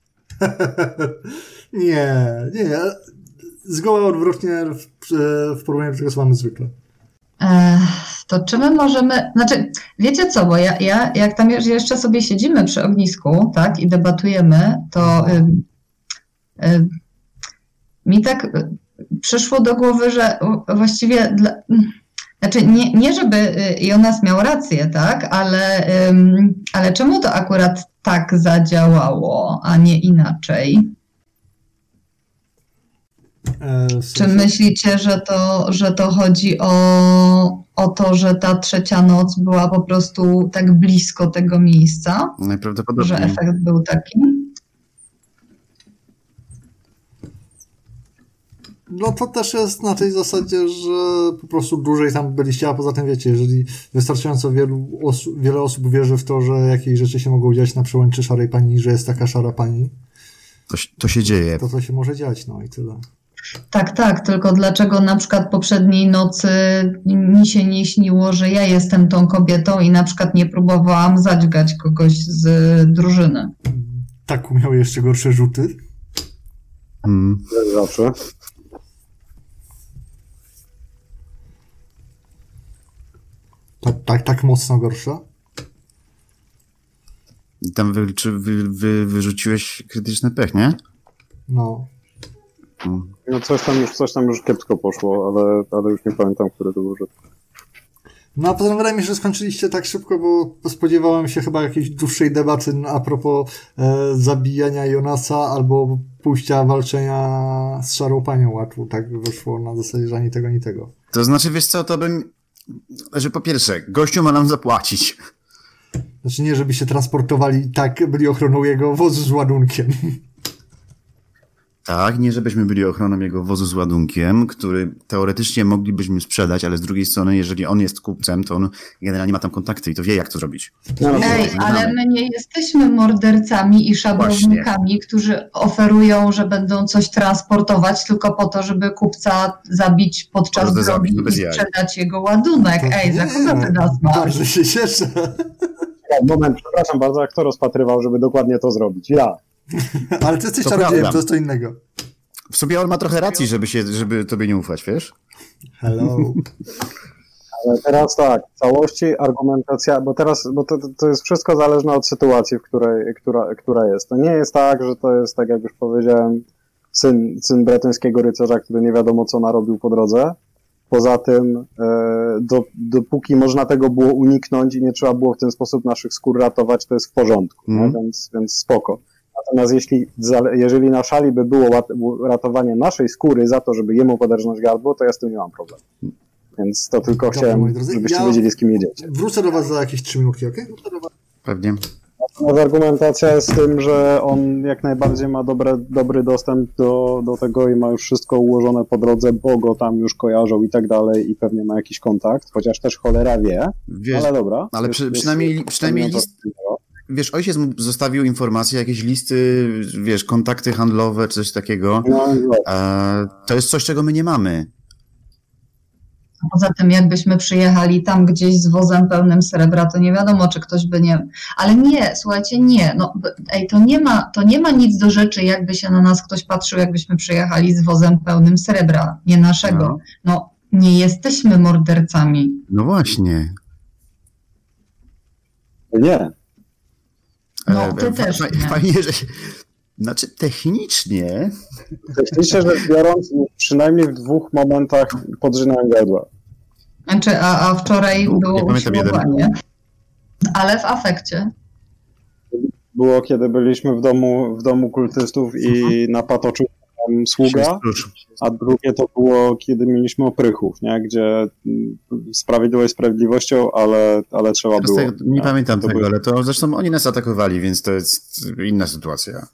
Nie. Zgoła odwrotnie w porównaniu do tego, co mamy zwykle. To czy my możemy... Znaczy, wiecie co, bo ja jak tam jeszcze sobie siedzimy przy ognisku, tak, i debatujemy, to... mi tak przyszło do głowy, że właściwie, znaczy nie żeby Jonas miał rację, tak, ale czemu to akurat tak zadziałało, a nie inaczej? W sensie... Czy myślicie, że to chodzi o to, że ta trzecia noc była po prostu tak blisko tego miejsca? Najprawdopodobniej. Że efekt był taki? No to też jest na tej zasadzie, że po prostu dłużej tam byliście, a poza tym wiecie, jeżeli wystarczająco wiele osób wierzy w to, że jakieś rzeczy się mogą dziać na przełęczy Szarej Pani, że jest taka szara pani, to się dzieje. To się może dziać, no i tyle. Tak, tylko dlaczego na przykład poprzedniej nocy mi się nie śniło, że ja jestem tą kobietą i na przykład nie próbowałam zadźgać kogoś z drużyny? Tak umiał jeszcze gorsze rzuty. Jak zawsze. Tak mocno gorsza? I tam wyrzuciłeś krytyczny pech, nie? No. No coś tam już kiepsko poszło, ale już nie pamiętam, który to był rzut. No a potem wydaje mi się, że skończyliście tak szybko, bo spodziewałem się chyba jakiejś dłuższej debaty a propos zabijania Jonasa albo pójścia walczenia z Szarą Panią, a tu tak wyszło na zasadzie, że ani tego, ani tego. To znaczy, wiesz co, to bym... Że po pierwsze, gościu ma nam zapłacić. Znaczy nie, żeby się transportowali, tak, byli ochroną jego wozu z ładunkiem. Tak, nie żebyśmy byli ochroną jego wozu z ładunkiem, który teoretycznie moglibyśmy sprzedać, ale z drugiej strony, jeżeli on jest kupcem, to on generalnie ma tam kontakty i to wie, jak to zrobić. Ej, ale my nie jesteśmy mordercami i szablownikami, którzy oferują, że będą coś transportować tylko po to, żeby kupca zabić podczas drogi i sprzedać jego ładunek. Ej, za kogo ty nas masz? Bardzo się cieszę. Moment, przepraszam bardzo, a kto rozpatrywał, żeby dokładnie to zrobić? Ja. Ale ty jesteś czarodziejem, to jest to innego. W sobie on ma trochę racji, żeby tobie nie ufać, wiesz? Hello. Ale teraz tak, w całości argumentacja, bo to jest wszystko zależne od sytuacji, która jest. To nie jest tak, że to jest, tak jak już powiedziałem, syn bretońskiego rycerza, który nie wiadomo co narobił po drodze. Poza tym, dopóki można tego było uniknąć i nie trzeba było w ten sposób naszych skór ratować, to jest w porządku, więc spoko. Natomiast jeżeli na szali by było ratowanie naszej skóry za to, żeby jemu poderżnąć gardło, to ja z tym nie mam problemu. Więc to tylko Dobra, chciałem, moi drodzy. żebyście Ja wiedzieli, z kim jedziecie. Wrócę do was za jakieś 3 minutki, okej? Pewnie. Natomiast argumentacja jest z tym, że on jak najbardziej ma dobry dostęp do tego i ma już wszystko ułożone po drodze, bo go tam już kojarzą i tak dalej i pewnie ma jakiś kontakt, chociaż też cholera wie, Wiesz, ale dobra. ale przynajmniej list, wiesz, ojciec mu zostawił informacje, jakieś listy, wiesz, kontakty handlowe, czy coś takiego. No, To jest coś, czego my nie mamy. Poza tym, jakbyśmy przyjechali tam gdzieś z wozem pełnym srebra, to nie wiadomo, czy ktoś by nie... Ale nie, słuchajcie, nie. No, to nie ma nic do rzeczy, jakby się na nas ktoś patrzył, jakbyśmy przyjechali z wozem pełnym srebra, nie naszego. No, nie jesteśmy mordercami. No właśnie. Nie. No, ty też nie. Fajnie, że... Znaczy, technicznie rzecz biorąc, przynajmniej w 2 momentach podrzynałem gardła. Znaczy, a wczoraj było pamiętam usiłowanie. Ale w afekcie. Było, kiedy byliśmy w domu kultystów i na patoczu tam sługa, a drugie to było, kiedy mieliśmy oprychów, nie? Gdzie sprawiedliwość sprawiedliwością, ale trzeba było. Nie pamiętam tego, ale to zresztą oni nas atakowali, więc to jest inna sytuacja.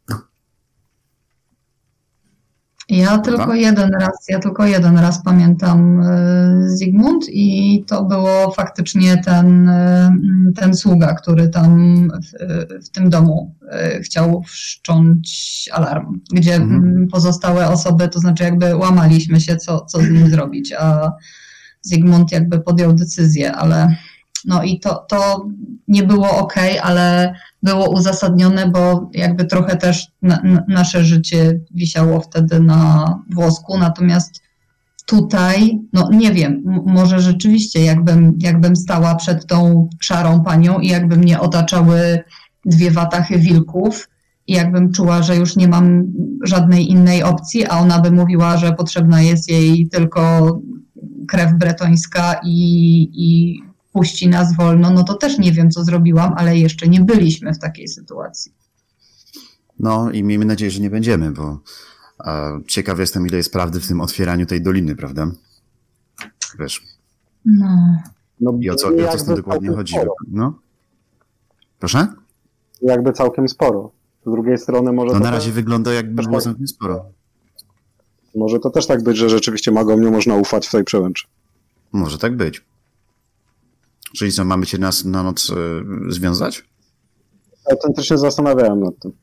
Ja tylko jeden raz pamiętam Zygmunt i to było faktycznie ten sługa, który tam w tym domu chciał wszcząć alarm, gdzie pozostałe osoby, to znaczy jakby łamaliśmy się, co z nim zrobić, a Zygmunt jakby podjął decyzję, ale no i to nie było okej, ale było uzasadnione, bo jakby trochę też nasze życie wisiało wtedy na włosku, natomiast tutaj, no nie wiem, może rzeczywiście jakbym stała przed tą szarą panią i jakby mnie otaczały 2 watachy wilków i jakbym czuła, że już nie mam żadnej innej opcji, a ona by mówiła, że potrzebna jest jej tylko krew bretońska i puści nas wolno, no to też nie wiem, co zrobiłam, ale jeszcze nie byliśmy w takiej sytuacji. No i miejmy nadzieję, że nie będziemy, bo ciekaw jestem, ile jest prawdy w tym otwieraniu tej doliny, prawda? Wiesz. No, I o co z tym dokładnie chodzi? No? Proszę? Jakby całkiem sporo. Z drugiej strony może... No na razie wygląda, jakby było całkiem sporo. Może to też tak być, że rzeczywiście magom nie można ufać w tej przełęczy. Może tak być. Czyli co, mamy cię na noc związać? Autentycznie zastanawiałem nad tym.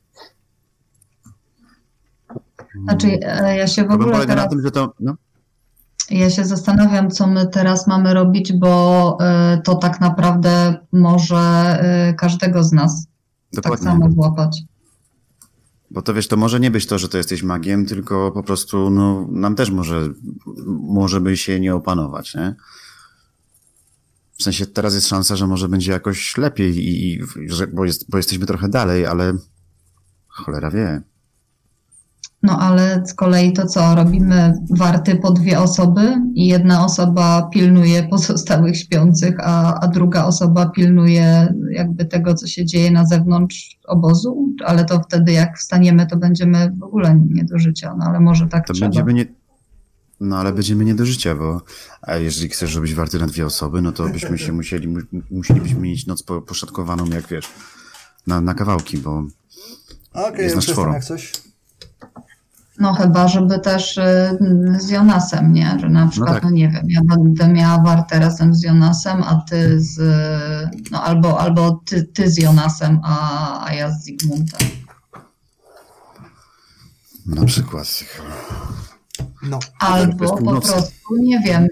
Znaczy, ja się w ogóle teraz... na tym, że to... No? Ja się zastanawiam, co my teraz mamy robić, bo to tak naprawdę może każdego z nas Dokładnie. tak samo złapać. Bo to wiesz, to może nie być to, że to jesteś magiem, tylko po prostu no, nam też może by się nie opanować, nie? W sensie teraz jest szansa, że może będzie jakoś lepiej, bo jesteśmy trochę dalej, ale cholera wie. No ale z kolei to co? Robimy warty po 2 osoby i jedna osoba pilnuje pozostałych śpiących, a druga osoba pilnuje jakby tego, co się dzieje na zewnątrz obozu, ale to wtedy jak wstaniemy, to będziemy w ogóle nie do życia, no ale może tak to trzeba. No ale będziemy nie do życia, bo a jeżeli chcesz robić warty na 2 osoby, no to byśmy się musielibyśmy mieć noc poszatkowaną, jak wiesz, na kawałki, bo jest nas 4. Jak coś. No chyba, żeby też z Jonasem, nie? Że na przykład, no nie wiem, ja będę miała wartę razem z Jonasem, a ty albo ty z Jonasem, a ja z Zygmuntem. Na przykład. No. Albo po prostu, nie wiem,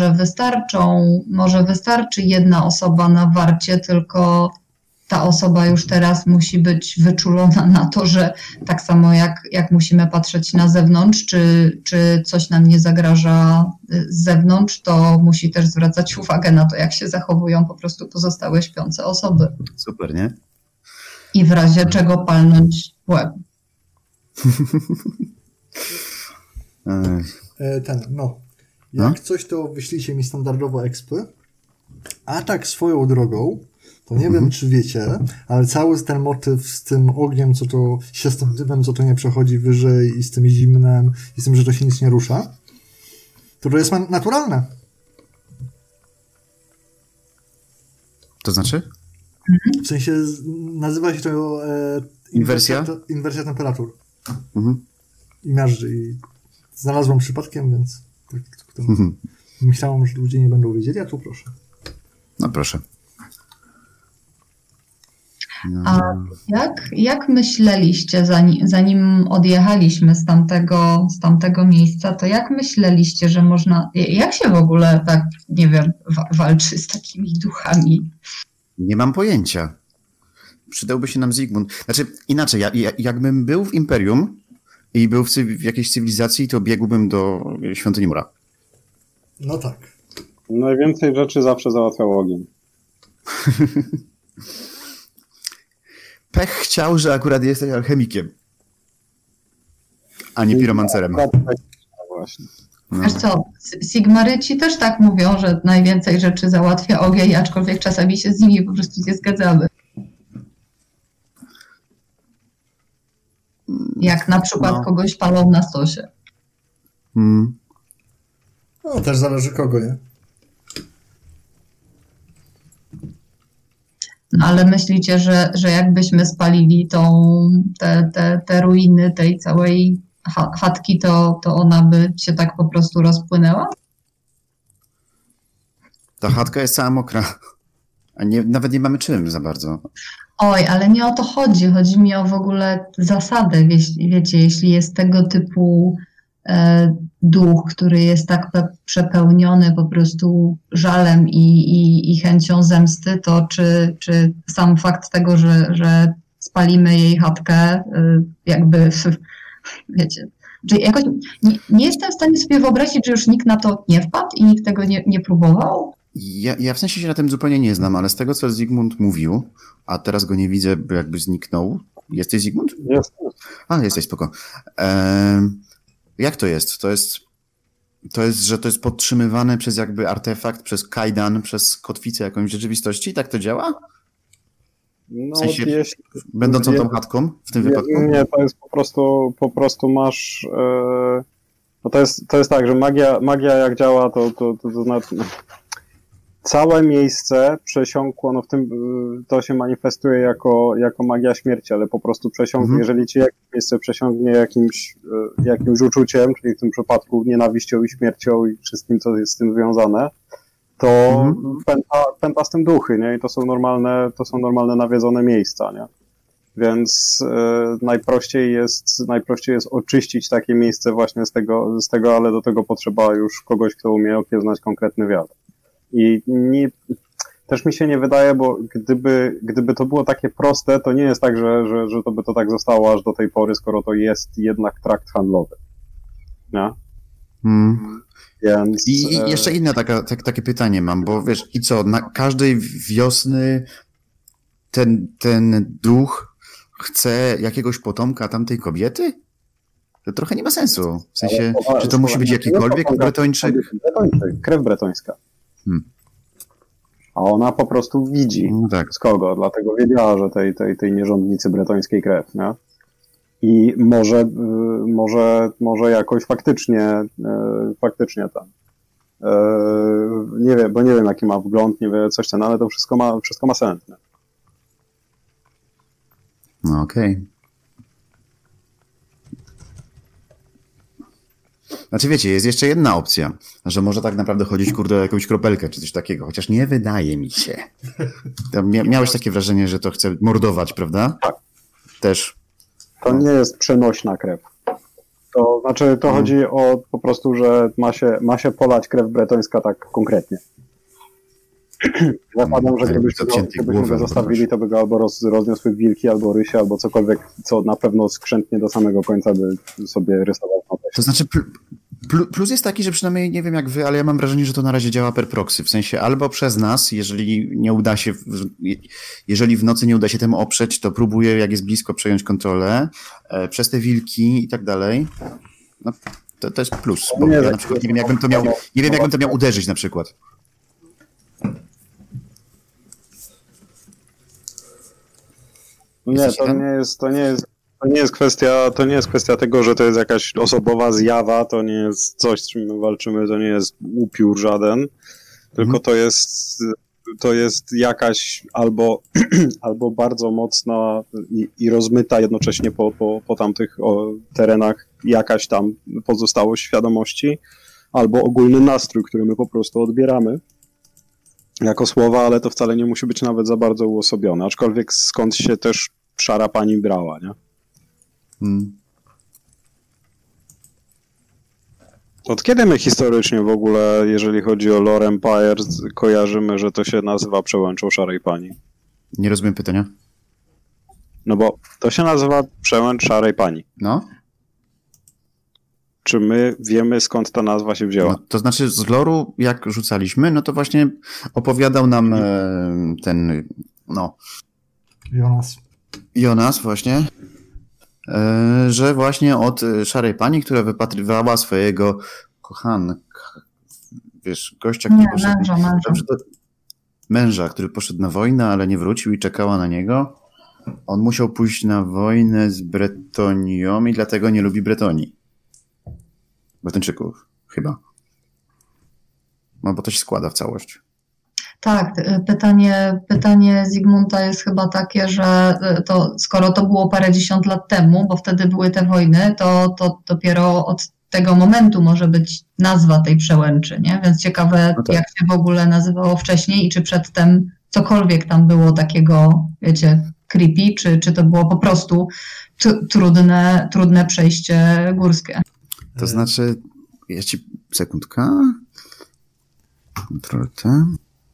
może wystarczy jedna osoba na warcie, tylko ta osoba już teraz musi być wyczulona na to, że tak samo jak musimy patrzeć na zewnątrz, czy coś nam nie zagraża z zewnątrz, to musi też zwracać uwagę na to, jak się zachowują po prostu pozostałe śpiące osoby. Super, nie? I w razie czego palnąć łeb. Jak coś, to wyślijcie mi standardowo expy. A tak swoją drogą, to nie wiem, czy wiecie, ale cały ten motyw z tym ogniem, co to się z tym dymem, co to nie przechodzi wyżej i z tym zimnem i z tym, że to się nic nie rusza, to jest naturalne. To znaczy? W sensie nazywa się to Inwersja? Inwersja temperatur. Mhm. I miażdży. I znalazłam przypadkiem, więc myślałam, że ludzie nie będą wiedzieli, a tu proszę. No proszę. No. A jak myśleliście, zanim odjechaliśmy z tamtego miejsca, to jak myśleliście, że można, jak się w ogóle tak, nie wiem, walczy z takimi duchami? Nie mam pojęcia. Przydałby się nam Zygmunt. Znaczy, inaczej, jakbym był w Imperium i był w jakiejś cywilizacji, to biegłbym do Świątyni Mura. No tak. Najwięcej rzeczy zawsze załatwiał ogień. Pech chciał, że akurat jesteś alchemikiem, a nie piromancerem. Właśnie. No. Wiesz co, Sigmaryci też tak mówią, że najwięcej rzeczy załatwia ogień, aczkolwiek czasami się z nimi po prostu nie zgadzamy. Jak na przykład kogoś palą na stosie. No, też zależy kogo, nie? No, ale myślicie, że jakbyśmy spalili te ruiny tej całej chatki, to ona by się tak po prostu rozpłynęła? Ta chatka jest cała mokra, a nawet nie mamy czym za bardzo. Oj, ale nie o to chodzi. Chodzi mi o w ogóle zasadę. Wiecie, jeśli jest tego typu duch, który jest tak przepełniony po prostu żalem i chęcią zemsty, to czy sam fakt tego, że spalimy jej chatkę, jakby, wiecie, że jakoś nie jestem w stanie sobie wyobrazić, że już nikt na to nie wpadł i nikt tego nie próbował. Ja w sensie się na tym zupełnie nie znam, ale z tego, co Zygmunt mówił, a teraz go nie widzę, bo jakby zniknął. Jesteś Zygmunt? Jestem. A, jesteś, spoko. Jak to jest? To jest, że to jest podtrzymywane przez jakby artefakt, przez kajdan, przez kotwicę jakąś rzeczywistości? Tak to działa? No, w sensie, będącą tą chatką w tym wypadku? Nie, to jest po prostu masz... no to jest tak, że magia jak działa, to znaczy... Całe miejsce przesiąkło, no w tym to się manifestuje jako magia śmierci, ale po prostu przesiąknie, jeżeli ci jakieś miejsce przesiąknie jakimś uczuciem, czyli w tym przypadku nienawiścią i śmiercią i wszystkim, co jest z tym związane, to pęta z tym duchy, nie? I to są normalne nawiedzone miejsca, nie? Więc najprościej jest oczyścić takie miejsce właśnie z tego, ale do tego potrzeba już kogoś, kto umie okiełznać konkretny wiatr. I też mi się nie wydaje, bo gdyby to było takie proste, to nie jest tak, że to by to tak zostało aż do tej pory, skoro to jest jednak trakt handlowy. Nie? Więc... I jeszcze inne takie pytanie mam, bo wiesz, i co, na każdej wiosny ten duch chce jakiegoś potomka tamtej kobiety? To trochę nie ma sensu. W sensie, czy to musi być jakikolwiek bretończyk? Krew bretońska. A ona po prostu widzi z kogo, dlatego wiedziała, że tej nierządnicy bretońskiej krew, nie? I może jakoś faktycznie tam. Nie wiem, bo nie wiem jaki ma wgląd, nie wiem coś ten, ale to wszystko ma sens. Nie? No okej. Znaczy wiecie, jest jeszcze jedna opcja, że może tak naprawdę chodzić kurde o jakąś kropelkę czy coś takiego, chociaż nie wydaje mi się. Miałeś takie wrażenie, że to chce mordować, prawda? Tak. Też. To nie jest przenośna krew. To znaczy, to chodzi o po prostu, że ma się polać krew bretońska tak konkretnie. Zakładam, że gdybyśmy go zostawili, to by go albo rozniosły wilki, albo rysie, albo cokolwiek, co na pewno skrzętnie do samego końca by sobie rysował. To znaczy, plus jest taki, że przynajmniej nie wiem jak wy, ale ja mam wrażenie, że to na razie działa per proxy. W sensie albo przez nas, jeżeli w nocy nie uda się temu oprzeć, to próbuje, jak jest blisko, przejąć kontrolę. Przez te wilki i tak dalej. No, to jest plus, bo ja na przykład nie wiem, jakbym to miał uderzyć na przykład. Nie, to nie jest kwestia tego, że to jest jakaś osobowa zjawa, to nie jest coś, z czym my walczymy, to nie jest upiór żaden, tylko to jest to jest jakaś albo bardzo mocna i rozmyta jednocześnie po tamtych terenach jakaś tam pozostałość świadomości, albo ogólny nastrój, który my po prostu odbieramy jako słowa, ale to wcale nie musi być nawet za bardzo uosobione, aczkolwiek skąd się też szara pani brała, nie? Od kiedy my historycznie w ogóle, jeżeli chodzi o Lore Empire, kojarzymy, że to się nazywa przełęczą Szarej Pani? Nie rozumiem pytania. No bo to się nazywa przełęcz Szarej Pani. No. Czy my wiemy, skąd ta nazwa się wzięła? No, to znaczy z loru, jak rzucaliśmy, no to właśnie opowiadał nam ten, no... Jonas właśnie, że właśnie od Szarej Pani, która wypatrywała swojego kochanka, wiesz, gościa, który męża, który poszedł na wojnę, ale nie wrócił i czekała na niego. On musiał pójść na wojnę z Bretonią i dlatego nie lubi Bretonii. Bretończyków, chyba. No bo to się składa w całość. Tak, pytanie Zygmunta jest chyba takie, że to, skoro to było parędziesiąt lat temu, bo wtedy były te wojny, to dopiero od tego momentu może być nazwa tej przełęczy, nie? Więc ciekawe, no tak, jak się w ogóle nazywało wcześniej i czy przedtem cokolwiek tam było takiego, wiecie, creepy, czy to było po prostu trudne przejście górskie. To znaczy, sekundka. Ctrl T.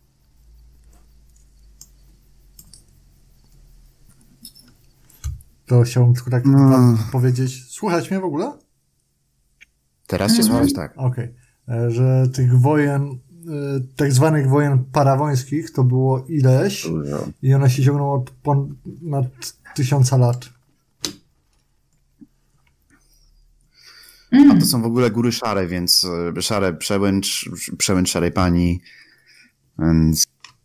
To chciałbym tylko tak powiedzieć. Słuchać mnie w ogóle? Teraz cię słuchać, tak. Okej. Że tych wojen, tak zwanych wojen parawońskich to było ileś i one się ciągną od ponad 1000 lat. A to są w ogóle góry szare, więc szare przełęcz Szarej Pani. Więc...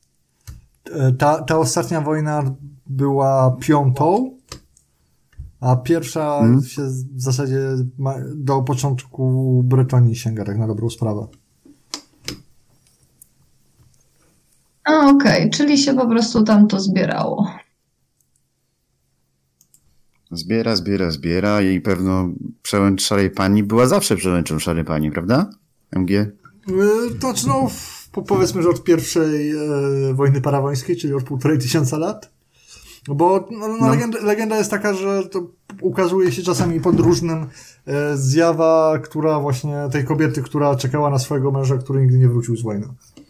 Ta ostatnia wojna była 5., a pierwsza się w zasadzie do początku Bretonii sięga, tak na dobrą sprawę. Okej, czyli się po prostu tam to zbierało. Zbiera i pewno przełęcz Szarej Pani była zawsze przełęczą Szarej Pani, prawda? MG? To znaczy, no, powiedzmy, że od pierwszej wojny parawońskiej, czyli od 1500 lat. Bo legenda jest taka, że to ukazuje się czasami pod różnym zjawa, która właśnie tej kobiety, która czekała na swojego męża, który nigdy nie wrócił z wojny.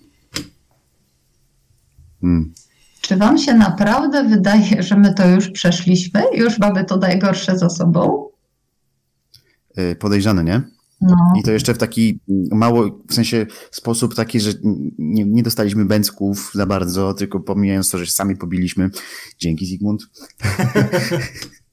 Czy wam się naprawdę wydaje, że my to już przeszliśmy? Już mamy to najgorsze za sobą? Podejrzane, nie? No. I to jeszcze w taki w sensie sposób taki, że nie dostaliśmy bęcków za bardzo, tylko pomijając to, że sami pobiliśmy. Dzięki, Zygmunt.